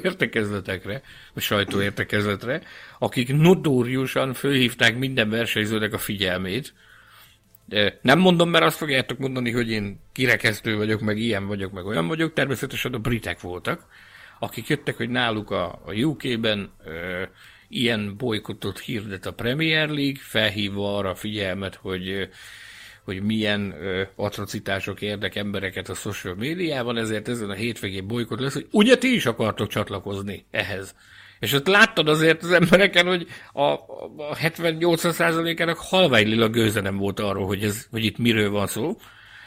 sajtóértekezletre, akik notóriusan fölhívták minden versenyzőnek a figyelmét. De nem mondom, mert azt fogjátok mondani, hogy én kirekesztő vagyok, meg ilyen vagyok, meg olyan vagyok. Természetesen a britek voltak, akik jöttek, hogy náluk a UK-ben ilyen bolykottot hirdet a Premier League, felhívva arra a figyelmet, hogy milyen atrocitások érdek embereket a social médiában, ezért ezen a hétvégén bolykott lesz, hogy ugye ti is akartok csatlakozni ehhez. És ott láttad azért az embereken, hogy a 70-80%-ának halványlila gőze nem volt arról, hogy itt miről van szó.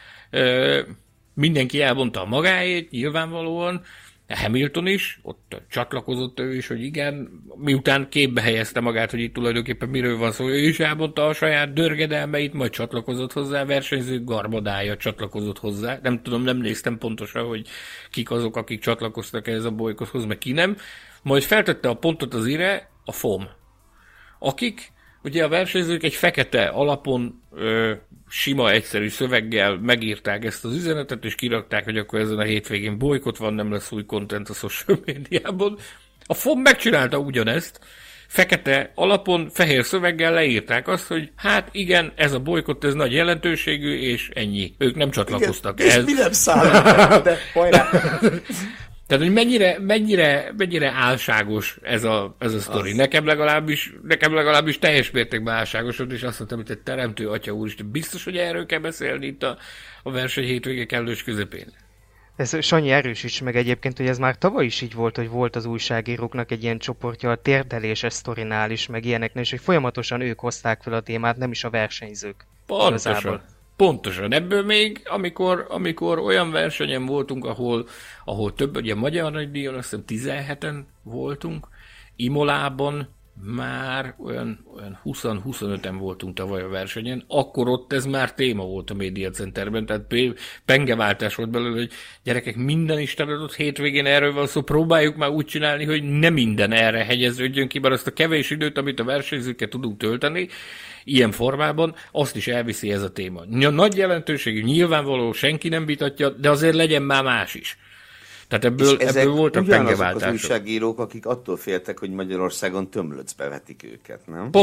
Mindenki elmondta a magáét, nyilvánvalóan, Hamilton is, ott csatlakozott ő is, hogy igen, miután képbe helyezte magát, hogy itt tulajdonképpen miről van szó, ő is elmondta a saját dörgedelmeit, majd csatlakozott hozzá, versenyzők garmadája csatlakozott hozzá. Nem tudom, nem néztem pontosan, hogy kik azok, akik csatlakoztak ehhez a bolykothoz, meg ki nem. Majd feltette a pontot az ire a FOM, akik ugye a versenyzők egy fekete alapon sima, egyszerű szöveggel megírták ezt az üzenetet, és kirakták, hogy akkor ezen a hétvégén bolykott van, nem lesz új content a social médiában. A FOM megcsinálta ugyanezt, fekete alapon, fehér szöveggel leírták azt, hogy hát igen, ez a bolykott, ez nagy jelentőségű, és ennyi. Ők nem csatlakoztak igen, ehhez. És mi nem számít, de hajrá! Tehát, hogy mennyire álságos ez a sztori. Nekem legalábbis teljes mértékben álságos volt, és azt mondtam, hogy egy teremtő atya úristen, biztos, hogy erről kell beszélni itt a verseny hétvége kellős közepén. Ez Sanyi erősíts meg egyébként, hogy ez már tavaly is így volt, hogy volt az újságíróknak egy ilyen csoportja a térdeléses sztorinál is, meg ilyeneknél, és hogy folyamatosan ők hozták fel a témát, nem is a versenyzők. Pontosan. Ebből még, amikor olyan versenyen voltunk, ahol több, ugye Magyar Nagydíjon, azt hiszem 17-en voltunk, Imolában már olyan 20-25-en voltunk tavaly a versenyen, akkor ott ez már téma volt a Media Centerben, tehát pengeváltás volt belőle, hogy gyerekek, minden Isten adott hétvégén erről van szó, próbáljuk már úgy csinálni, hogy nem minden erre hegyeződjön ki, bár azt a kevés időt, amit a versenyzőkkel tudunk tölteni, ilyen formában, azt is elviszi ez a téma. Nagy jelentőségű, nyilvánvaló, senki nem vitatja, de azért legyen már más is. Tehát ebből voltak pengeváltások. Az újságírók, akik attól féltek, hogy Magyarországon tömlöcbe vetik őket, nem?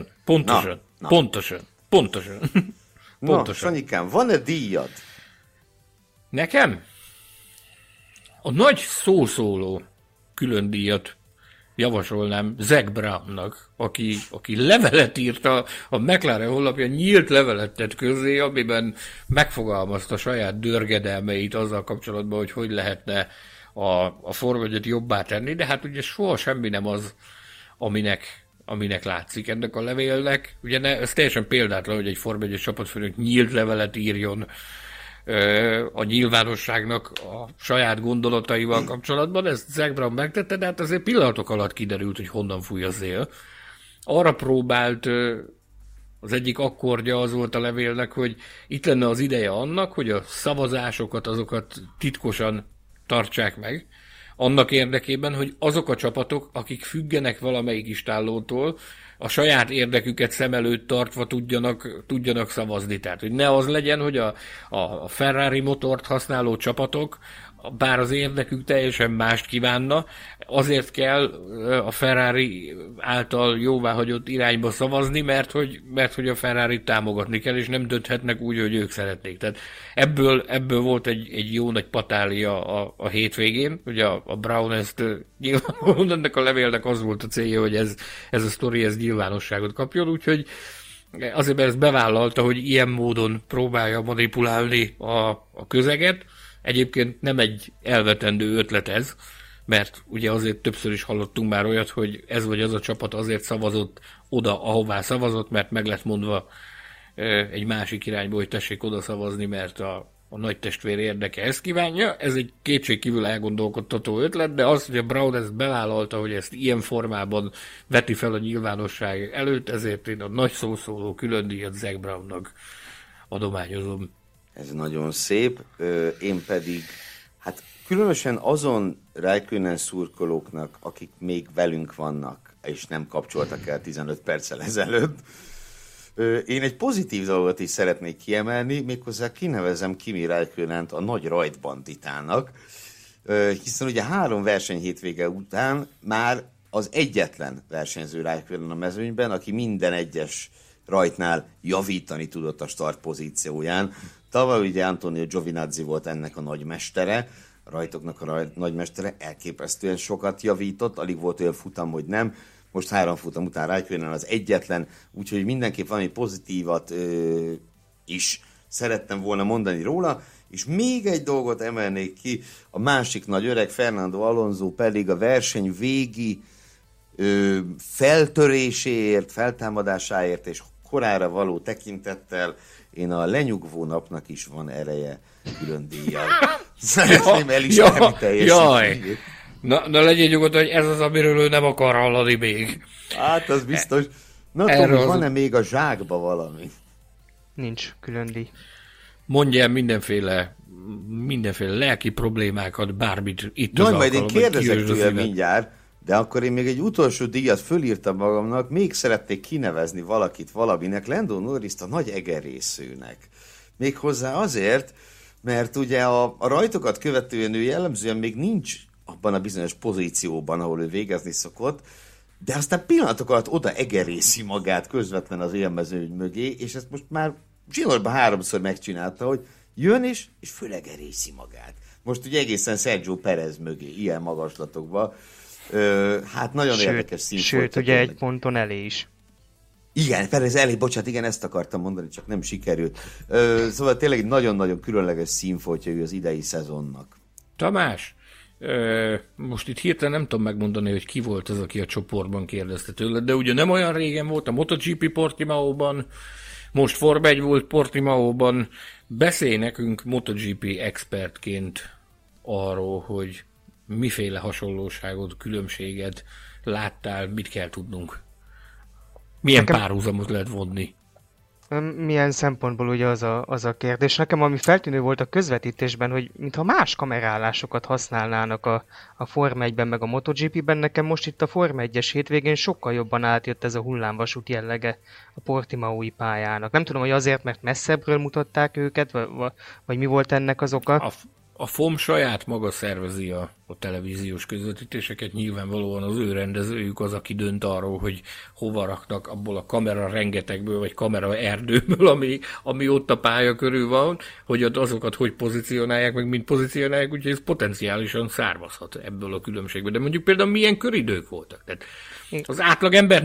Pontosan. Na, Sanyikám, van-e díjad? Nekem? A nagy szószóló külön díjat javasolnám Zac Brownnak, aki levelet írt a McLaren honlapja, nyílt levelet tett közzé, amiben megfogalmazta saját dörgedelmeit azzal kapcsolatban, hogy lehetne a Forma 1-et jobbá tenni, de hát ugye soha semmi nem az, aminek látszik ennek a levélnek. Ugye ez teljesen példátlan, hogy egy Forma 1-es csapatfőnök nyílt levelet írjon a nyilvánosságnak a saját gondolataival kapcsolatban. Ezt Zac Brown megtette, de hát azért pillanatok alatt kiderült, hogy honnan fúj a szél. Arra próbált Az egyik akkordja az volt a levélnek, hogy itt lenne az ideje annak, hogy a szavazásokat, azokat titkosan tartsák meg, annak érdekében, hogy azok a csapatok, akik függenek valamelyik istállótól, a saját érdeküket szem előtt tartva tudjanak szavazni. Tehát, hogy ne az legyen, hogy a Ferrari motort használó csapatok, bár az érdekük teljesen mást kívánna, azért kell a Ferrari által jóváhagyott irányba szavazni, mert hogy a Ferrari támogatni kell, és nem dönthetnek úgy, hogy ők szeretnék. Tehát ebből volt egy jó nagy patália a hétvégén, ugye a Brown ezt nyilvánvalóan ennek a levélnek az volt a célja, hogy ez a sztori ez nyilvánosságot kapjon, úgyhogy azért, mert ezt bevállalta, hogy ilyen módon próbálja manipulálni a közeget. Egyébként nem egy elvetendő ötlet ez, mert ugye azért többször is hallottunk már olyat, hogy ez vagy az a csapat azért szavazott oda, ahová szavazott, mert meg lett mondva egy másik irányba, hogy tessék oda szavazni, mert a nagy testvér érdeke ezt kívánja. Ez egy kétségkívül elgondolkodtató ötlet, de az, hogy a Brown ezt bevállalta, hogy ezt ilyen formában veti fel a nyilvánosság előtt, ezért én a nagy szószóló külön díjat Zac Brownnak adományozom. Ez nagyon szép, én pedig, hát különösen azon Räikkönen szurkolóknak, akik még velünk vannak, és nem kapcsoltak el 15 perccel ezelőtt, én egy pozitív dolgot is szeretnék kiemelni, méghozzá kinevezem Kimi Räikkönent a nagy rajtbanditának, hiszen ugye 3 verseny hétvége után már az egyetlen versenyző Räikkönen a mezőnyben, aki minden egyes rajtnál javítani tudott a start pozícióján. Tavaly ugye Antonio Giovinazzi volt ennek a nagymestere, a rajtoknak a nagymestere, elképesztően sokat javított, alig volt olyan futam, hogy nem. Most 3 futam után Räikkönen az egyetlen, úgyhogy mindenképp valami pozitívat is szerettem volna mondani róla, és még egy dolgot emelnék ki, a másik nagy öreg Fernando Alonso pedig a verseny végi feltöréséért, feltámadásáért és korára való tekintettel én a lenyugvó napnak is van ereje külön díjjal. Szeretném elismerni teljesítményét. Na legyen nyugodtan, hogy ez az, amiről ő nem akar hallani még. Hát, az biztos. Na, Tomi, van-e még a zsákba valami? Nincs külön díj. Mondjál mindenféle lelki problémákat, bármit itt az majd én kérdezek tőle mindjárt, de akkor én még egy utolsó díjat fölírtam magamnak, még szeretnék kinevezni valakit valaminek, Lando Norrist a nagy egerészőnek. Méghozzá azért, mert ugye a rajtokat követően ő jellemzően még nincs abban a bizonyos pozícióban, ahol ő végezni szokott, de aztán pillanatok alatt oda egerészi magát közvetlen az élmezőny mögé, és ezt most már zsinórban 3-szor megcsinálta, hogy jön és fölegerészi magát. Most ugye egészen Sergio Perez mögé, ilyen magaslatokban. Hát nagyon érdekes színfoltja. Sőt, ugye egy ponton elé is. Igen, Perez elé, bocsánat, igen, ezt akartam mondani, csak nem sikerült. Szóval tényleg egy nagyon-nagyon különleges színfoltja ő az idei szezonnak. Tamás, most itt hirtelen nem tudom megmondani, hogy ki volt az, aki a csoportban kérdezte tőled, de ugye nem olyan régen volt a MotoGP Portimaóban, most Forma 1 volt Portimaóban. Beszélj nekünk MotoGP expertként arról, hogy miféle hasonlóságot, különbséget láttál, mit kell tudnunk? Milyen párhuzamot lehet vonni? Milyen szempontból ugye az a kérdés. Nekem ami feltűnő volt a közvetítésben, hogy mintha más kamerállásokat használnának a Forma 1-ben meg a MotoGP-ben, nekem most itt a Forma 1-es hétvégén sokkal jobban átjött ez a hullámvasút jellege a Portimaói pályának. Nem tudom, hogy azért, mert messzebbről mutatták őket, vagy mi volt ennek az oka? A FOM saját maga szervezi a televíziós közvetítéseket, nyilvánvalóan az ő rendezőjük az, aki dönt arról, hogy hova raknak abból a kamera rengetegből, vagy kamera erdőből, ami ott a pálya körül van, hogy azokat hogy pozícionálják, meg mint pozícionálják, úgyhogy ez potenciálisan származhat ebből a különbségből. De mondjuk például milyen köridők voltak. Tehát az átlagember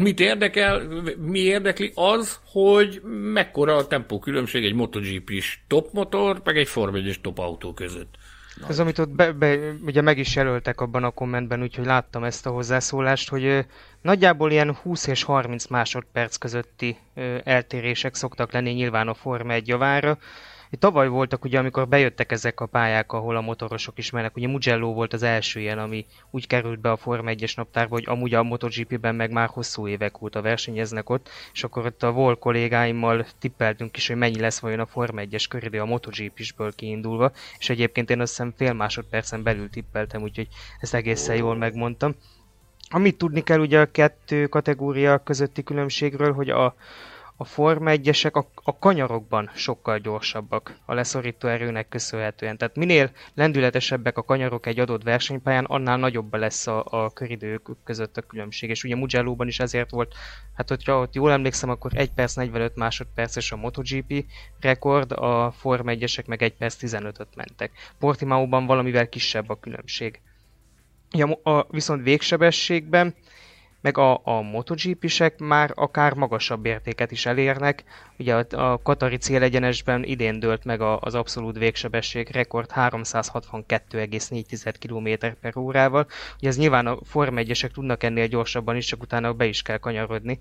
mi érdekli az, hogy mekkora a tempókülönbség egy MotoGP-s top motor, meg egy Forma 1-es top autó között. Az, amit ott ugye meg is jelöltek abban a kommentben, úgyhogy láttam ezt a hozzászólást, hogy nagyjából ilyen 20 és 30 másodperc közötti eltérések szoktak lenni nyilván a Forma 1 javára, Tavaly voltak ugye, amikor bejöttek ezek a pályák, ahol a motorosok is mennek. Ugye Mugello volt az első ilyen, ami úgy került be a Forma 1-es naptárba, hogy amúgy a MotoGP-ben meg már hosszú évek óta versenyeznek ott, és akkor ott a Vol kollégáimmal tippeltünk is, hogy mennyi lesz vajon a Forma 1-es köridő a MotoGP-sből kiindulva, és egyébként én azt hiszem fél másodpercen belül tippeltem, úgyhogy ezt egészen jól megmondtam. Amit tudni kell ugye a kettő kategória közötti különbségről, hogy a Forma 1-esek a kanyarokban sokkal gyorsabbak a leszorító erőnek köszönhetően. Tehát minél lendületesebbek a kanyarok egy adott versenypályán, annál nagyobb lesz a köridők között a különbség. És ugye Mugello-ban is ezért volt, hát hogyha ott jól emlékszem, akkor 1 perc 45 másodperces a MotoGP rekord, a Forma 1-esek meg 1 perc 15-öt mentek. Portimaóban valamivel kisebb a különbség. Ja, viszont végsebességben meg a MotoGP-sek már akár magasabb értéket is elérnek. Ugye a katari célegyenesben idén dőlt meg az abszolút végsebesség rekord 362,4 km/h-val. Ugye ez nyilván a Forma 1-esek tudnak ennél gyorsabban is, csak utána be is kell kanyarodni.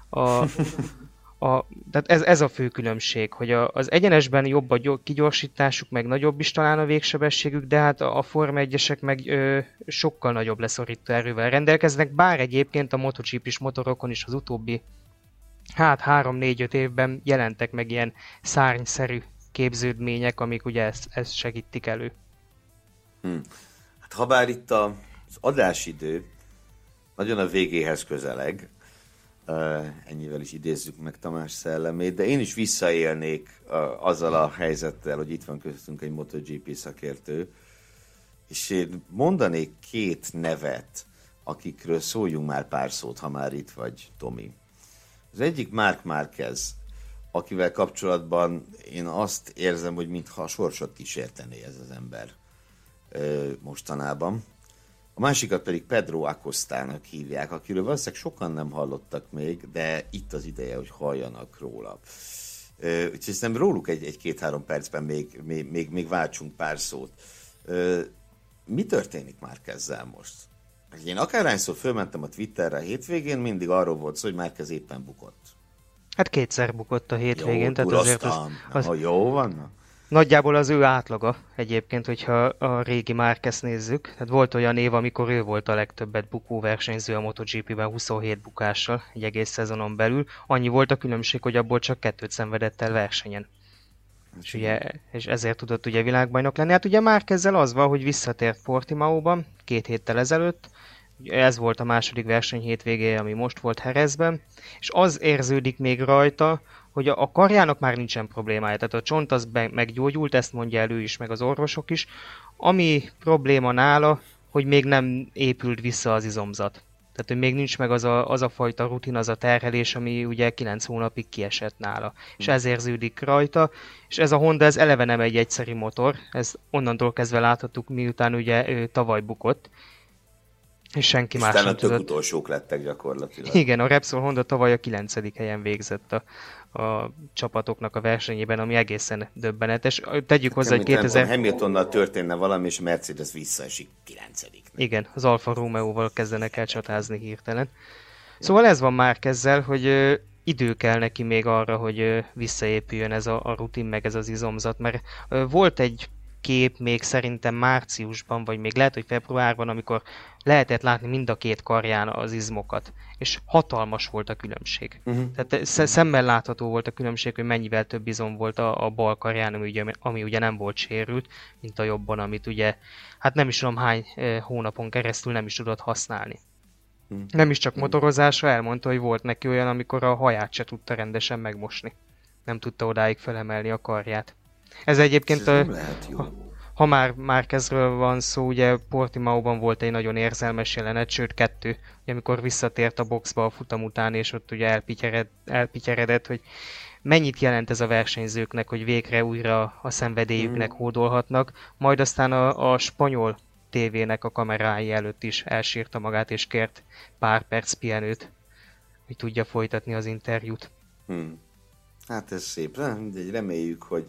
Tehát ez a fő különbség, hogy az egyenesben jobb a kigyorsításuk, meg nagyobb is talán a végsebességük, de hát a Forma 1-esek meg sokkal nagyobb leszorító erővel rendelkeznek, bár egyébként a MotoGP-s motorokon is az utóbbi 3-4-5 évben jelentek meg ilyen szárnyszerű képződmények, amik ugye ezt segítik elő. Hát habár itt az adásidő nagyon a végéhez közeleg, ennyivel is idézzük meg Tamás szellemét, de én is visszaélnék azzal a helyzettel, hogy itt van köztünk egy MotoGP szakértő, és én mondanék 2 nevet, akikről szóljunk már pár szót, ha már itt vagy, Tomi. Az egyik Marc Márquez, akivel kapcsolatban én azt érzem, hogy mintha a sorsot kísértené ez az ember mostanában. A másikat pedig Pedro Acostának hívják, akiről valószínűleg sokan nem hallottak még, de itt az ideje, hogy halljanak róla. Úgyhogy szerintem róluk egy 2-3 percben még váltsunk pár szót. Mi történik Márquezzel most? Én akárhányszor fölmentem a Twitterre a hétvégén, mindig arról volt szó, hogy Márquez éppen bukott. Hát 2-szer bukott a hétvégén, jó, tehát azért jó van. Nagyjából az ő átlaga egyébként, hogyha a régi Márquezt nézzük. Tehát volt olyan év, amikor ő volt a legtöbbet bukó versenyző a MotoGP-ben 27 bukással egy egész szezonon belül. Annyi volt a különbség, hogy abból csak 2 szenvedett el versenyen. És ezért tudott ugye világbajnok lenni. Hát ugye Márquezzel az van, hogy visszatért Portimaóban 2 héttel ezelőtt. Ez volt a második verseny hétvégéje, ami most volt Jerezben. És az érződik még rajta, hogy a karjának már nincsen problémája. Tehát a csont az meggyógyult, ezt mondja el ő is, meg az orvosok is. Ami probléma nála, hogy még nem épült vissza az izomzat. Tehát, hogy még nincs meg az a fajta rutin, az a terhelés, ami ugye 9 hónapig kiesett nála. És ez érződik rajta, és ez a Honda, ez eleve nem egy egyszeri motor. Ezt onnantól kezdve láthattuk, miután ugye ő tavaly bukott. És senki más nem tudott. Tök utolsók lettek gyakorlatilag. Igen, a Repsol Honda tavaly a 9. helyen végzett a csapatoknak a versenyében, ami egészen döbbenetes. Tegyük hozzá, hogy 2000... Hamiltonnal történne valami, és a Mercedes visszaesik 9. Igen, az Alfa Romeo-val kezdenek el csatázni hirtelen. Szóval ez van már ezzel, hogy idő kell neki még arra, hogy visszaépüljön ez a rutin, meg ez az izomzat, mert volt egy kép még szerintem márciusban, vagy még lehet, hogy februárban, amikor lehetett látni mind a 2 karján az izmokat, és hatalmas volt a különbség. Tehát szemmel látható volt a különbség, hogy mennyivel több izom volt a bal karján, ami ugye nem volt sérült, mint a jobban, amit ugye, hát nem is tudom hány hónapon keresztül nem is tudott használni. Nem is csak motorozásra, elmondta, hogy volt neki olyan, amikor a haját se tudta rendesen megmosni. Nem tudta odáig felemelni a karját. Ez egyébként, ha már Márquezről van szó, ugye Portimaóban volt egy nagyon érzelmes jelenet, sőt 2, ugye, amikor visszatért a boxba a futam után, és ott ugye elpityeredett, hogy mennyit jelent ez a versenyzőknek, hogy végre újra a szenvedélyüknek hódolhatnak, majd aztán a spanyol tévének a kamerái előtt is elsírta magát, és kért pár perc pihenőt, hogy tudja folytatni az interjút. Hát ez szép, mindegy, reméljük, hogy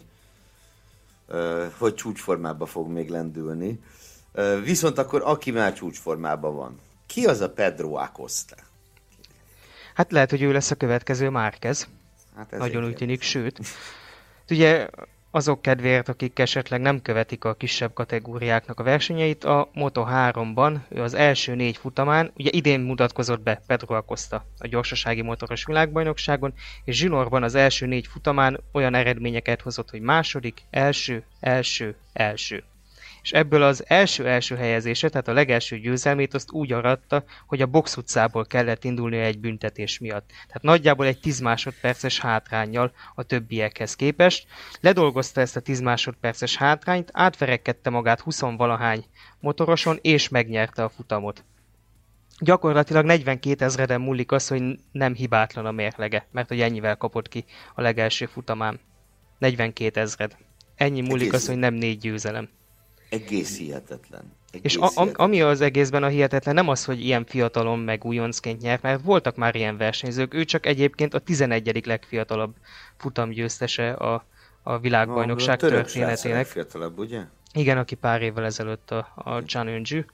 csúcsformában fog még lendülni. Viszont akkor aki már csúcsformában van, ki az a Pedro Acosta? Hát lehet, hogy ő lesz a következő Márquez. Hát nagyon úgy tűnik, sőt. Ugye azok kedvéért, akik esetleg nem követik a kisebb kategóriáknak a versenyeit, a Moto3-ban az első 4 futamán, ugye idén mutatkozott be Pedro Acosta a gyorsasági motoros világbajnokságon, és zsinórban az első 4 futamán olyan eredményeket hozott, hogy második, első. És ebből az első helyezése, tehát a legelső győzelmét azt úgy aratta, hogy a box utcából kellett indulnia egy büntetés miatt. Tehát nagyjából egy 10 másodperces hátránnyal a többiekhez képest. Ledolgozta ezt a 10 másodperces hátrányt, átverekedte magát 20-valahány motoroson, és megnyerte a futamot. Gyakorlatilag 42 000-en múlik az, hogy nem hibátlan a mérlege, mert hogy ennyivel kapott ki a legelső futamán. 42 000. Ennyi múlik az, hogy nem 4 győzelem. Egész hihetetlen. És ami az egészben a hihetetlen, nem az, hogy ilyen fiatalon meg újoncként nyert, mert voltak már ilyen versenyzők, ő csak egyébként a 11. legfiatalabb futamgyőztese a világbajnokság történetének. Legfiatalabb, ugye? Igen, aki pár évvel ezelőtt a Chan Öngyű.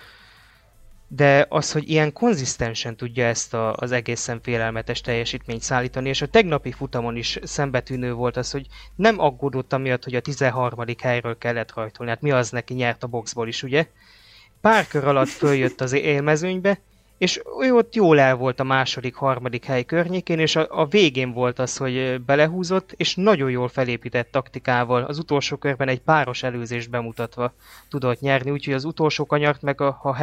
De az, hogy ilyen konzisztensen tudja ezt az egészen félelmetes teljesítményt szállítani, és a tegnapi futamon is szembetűnő volt az, hogy nem aggódott amiatt, hogy a 13. helyről kellett rajtolni. Hát mi az, neki nyert a boxból is, ugye? Pár kör alatt följött az élmezőnybe, és ő ott jól el volt a második, harmadik hely környékén, és a végén volt az, hogy belehúzott, és nagyon jól felépített taktikával az utolsó körben egy páros előzést bemutatva tudott nyerni, úgyhogy az utolsó kanyart meg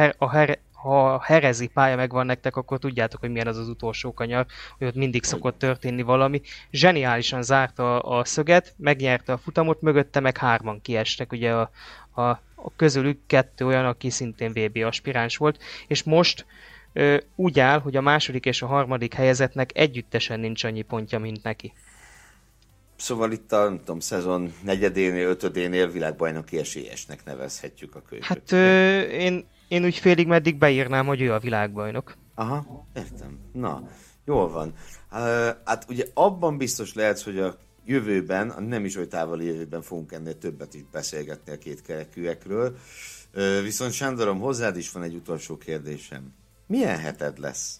ha a herezi pálya megvan nektek, akkor tudjátok, hogy milyen az az utolsó kanyar, hogy ott mindig szokott történni valami. Zseniálisan zárta a szöget, megnyerte a futamot, mögötte meg 3-an kiestek, ugye a közülük 2 olyan, aki szintén VB aspiráns volt, és most úgy áll, hogy a második és a harmadik helyezettnek együttesen nincs annyi pontja, mint neki. Szóval itt a, nem tudom, szezon 4-énél, 5-énél világbajnoki esélyesnek nevezhetjük a könyvet. Hát én úgy félig meddig beírnám, hogy ő a világbajnok. Aha, értem. Na, jól van. Hát ugye abban biztos lehetsz, hogy a jövőben, a nem is oly távoli jövőben fogunk ennél többet is beszélgetni a kétkerekűekről. Viszont Sándorom, hozzád is van egy utolsó kérdésem. Milyen heted lesz?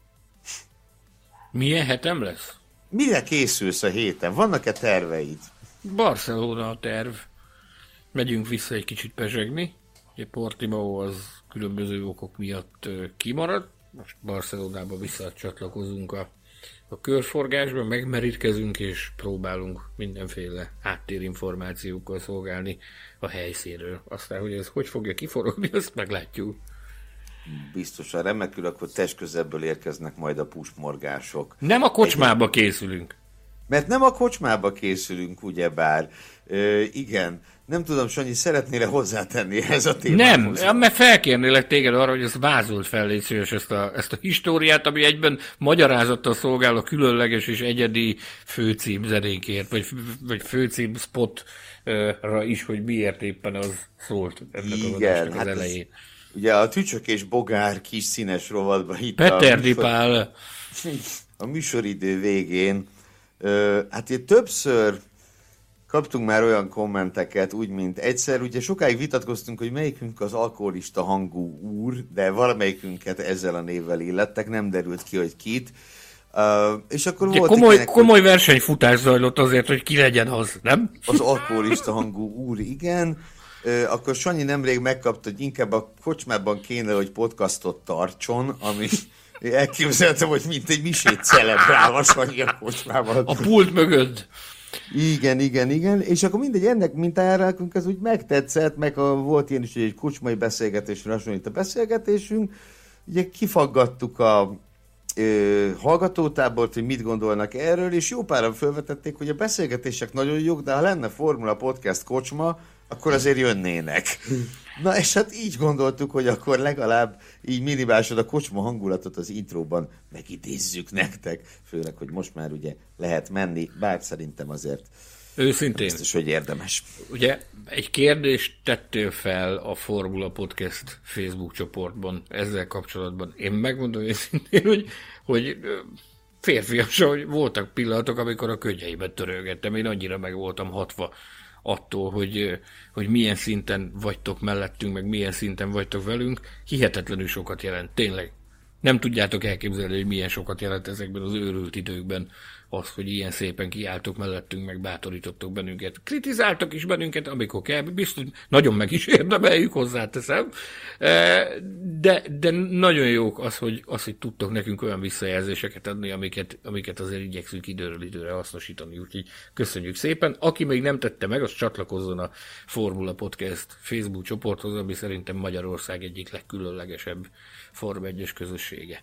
Milyen hetem lesz? Mire készülsz a héten? Vannak-e terveid? Barcelona a terv. Megyünk vissza egy kicsit pezsegni. Ugye Portimao az különböző okok miatt kimaradt. Most Barcelonába visszacsatlakozunk a körforgásba, megmerítkezünk és próbálunk mindenféle háttérinformációkkal szolgálni a helyszínről. Aztán, hogy ez hogy fogja kiforogni, azt meglátjuk. Biztosan remekül, akkor testközebből érkeznek majd a pusmorgások. Nem a kocsmába készülünk. Mert nem a kocsmába készülünk, ugyebár. Igen. Nem tudom, Sanyi, szeretnél hozzátenni ehhez a témához? Nem, mert felkérnélek téged arra, hogy ezt vázolt fel, légy szíves, ezt a históriát, ami egyben magyarázattal szolgál a különleges és egyedi főcím zenékért, vagy főcím spotra is, hogy miért éppen az szólt ennek az adásnak az elején. Ugye a Tücsök és Bogár kis színes rovatban itt Peter Pál. A műsoridő végén. Hát itt többször kaptunk már olyan kommenteket, úgy, mint egyszer. Ugye sokáig vitatkoztunk, hogy melyikünk az alkoholista hangú úr, de valamelyikünket ezzel a névvel illettek, nem derült ki, hogy kit. És akkor volt komoly versenyfutás zajlott azért, hogy ki legyen az, nem? Az alkoholista hangú úr, igen. Akkor Sanyi nemrég megkapta, hogy inkább a kocsmában kéne, hogy podcastot tartson, ami elképzeltem, hogy mint egy misét celebrálva Sanyi a kocsmában. A pult mögött. Igen. És akkor mindegy, ennek mintájára nekünk ez úgy megtetszett, meg volt ilyen is, hogy egy kocsmai beszélgetésre hasonlít a beszélgetésünk. Ugye kifaggattuk a hallgatótábort, hogy mit gondolnak erről, és jó páran felvetették, hogy a beszélgetések nagyon jók, de ha lenne Formula Podcast kocsma, akkor azért jönnének. Na és hát így gondoltuk, hogy akkor legalább így minimálsod a kocsma hangulatot az intróban megidézzük nektek. Főleg, hogy most már ugye lehet menni, bár szerintem azért őszintén. Biztos, hogy érdemes. Ugye egy kérdést tettél fel a Formula Podcast Facebook csoportban ezzel kapcsolatban. Én megmondom őszintén, hogy férfiasan, hogy voltak pillanatok, amikor a könnyeimet törölgettem. Én annyira meg voltam hatva attól, hogy milyen szinten vagytok mellettünk, meg milyen szinten vagytok velünk. Hihetetlenül sokat jelent, tényleg. Nem tudjátok elképzelni, hogy milyen sokat jelent ezekben az őrült időkben az, hogy ilyen szépen kiálltok mellettünk, meg bátorítottok bennünket. Kritizáltok is bennünket, amikor kell, biztos nagyon meg is érdemeljük, hozzáteszem. De nagyon jók az, hogy tudtok nekünk olyan visszajelzéseket adni, amiket azért igyekszünk időről időre hasznosítani. Úgyhogy köszönjük szépen. Aki még nem tette meg, az csatlakozzon a Formula Podcast Facebook csoporthoz, ami szerintem Magyarország egyik legkülönlegesebb Forma 1-es közössége.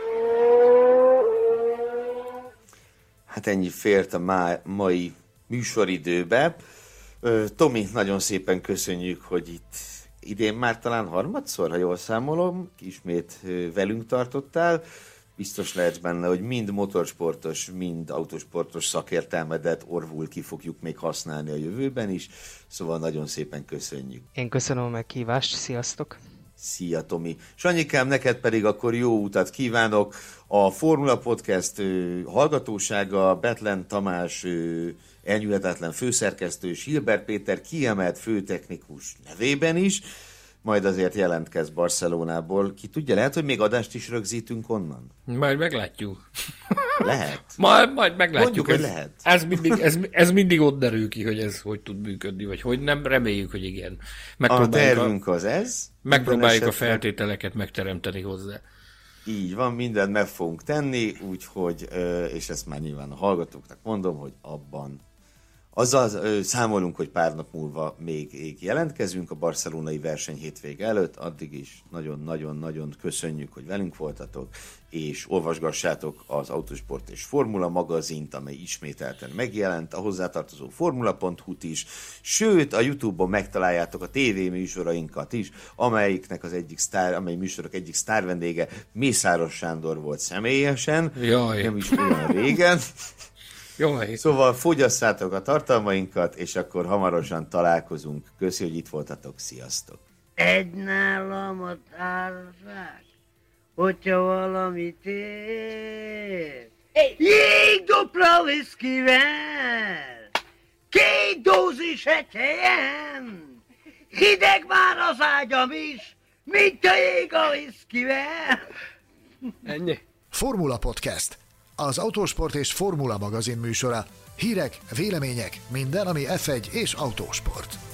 Hát ennyi fért a mai műsoridőbe. Tomi, nagyon szépen köszönjük, hogy itt idén már talán harmadszor, ha jól számolom, ismét velünk tartottál. Biztos lehetsz benne, hogy mind motorsportos, mind autósportos szakértelmedet orvul ki fogjuk még használni a jövőben is. Szóval nagyon szépen köszönjük. Én köszönöm a meghívást, sziasztok! Szia, Tomi! Sanyikám, neked pedig akkor jó utat kívánok. A Formula Podcast hallgatósága Betlen Tamás elnyűhetetlen főszerkesztő, Hilbert Péter kiemelt főtechnikus nevében is, majd azért jelentkezz Barcelonából. Ki tudja, lehet, hogy még adást is rögzítünk onnan? Majd meglátjuk. Lehet? Majd meglátjuk. Mondjuk, hogy lehet. Ez mindig ott derül ki, hogy ez hogy tud működni, vagy hogy nem, reméljük, hogy igen. A tervünk az ez. Megpróbáljuk a feltételeket megteremteni hozzá. Így van, mindent meg fogunk tenni, úgyhogy, és ezt már nyilván a hallgatóknak mondom, hogy abban azzal számolunk, hogy pár nap múlva még jelentkezünk a barcelonai verseny hétvége előtt, addig is nagyon-nagyon-nagyon köszönjük, hogy velünk voltatok, és olvasgassátok az Autosport és Formula magazint, amely ismételten megjelent, a hozzátartozó formula.hu-t is, sőt a YouTube-on megtaláljátok a tévéműsorainkat is, amely műsorok egyik sztár vendége Mészáros Sándor volt személyesen, nem is olyan régen. Jaj. Szóval fogyasszátok a tartalmainkat, és akkor hamarosan találkozunk. Köszi, hogy itt voltatok. Sziasztok! Egy nálam a társaság, hogyha valamit ér. Jég dupla viszkivel, 2 dózis egy helyen. Hideg már az ágyam is, mint a jég a viszkivel. Ennyi. Formula Podcast, az autósport és Formula magazin műsora. Hírek, vélemények, minden, ami F1 és autósport.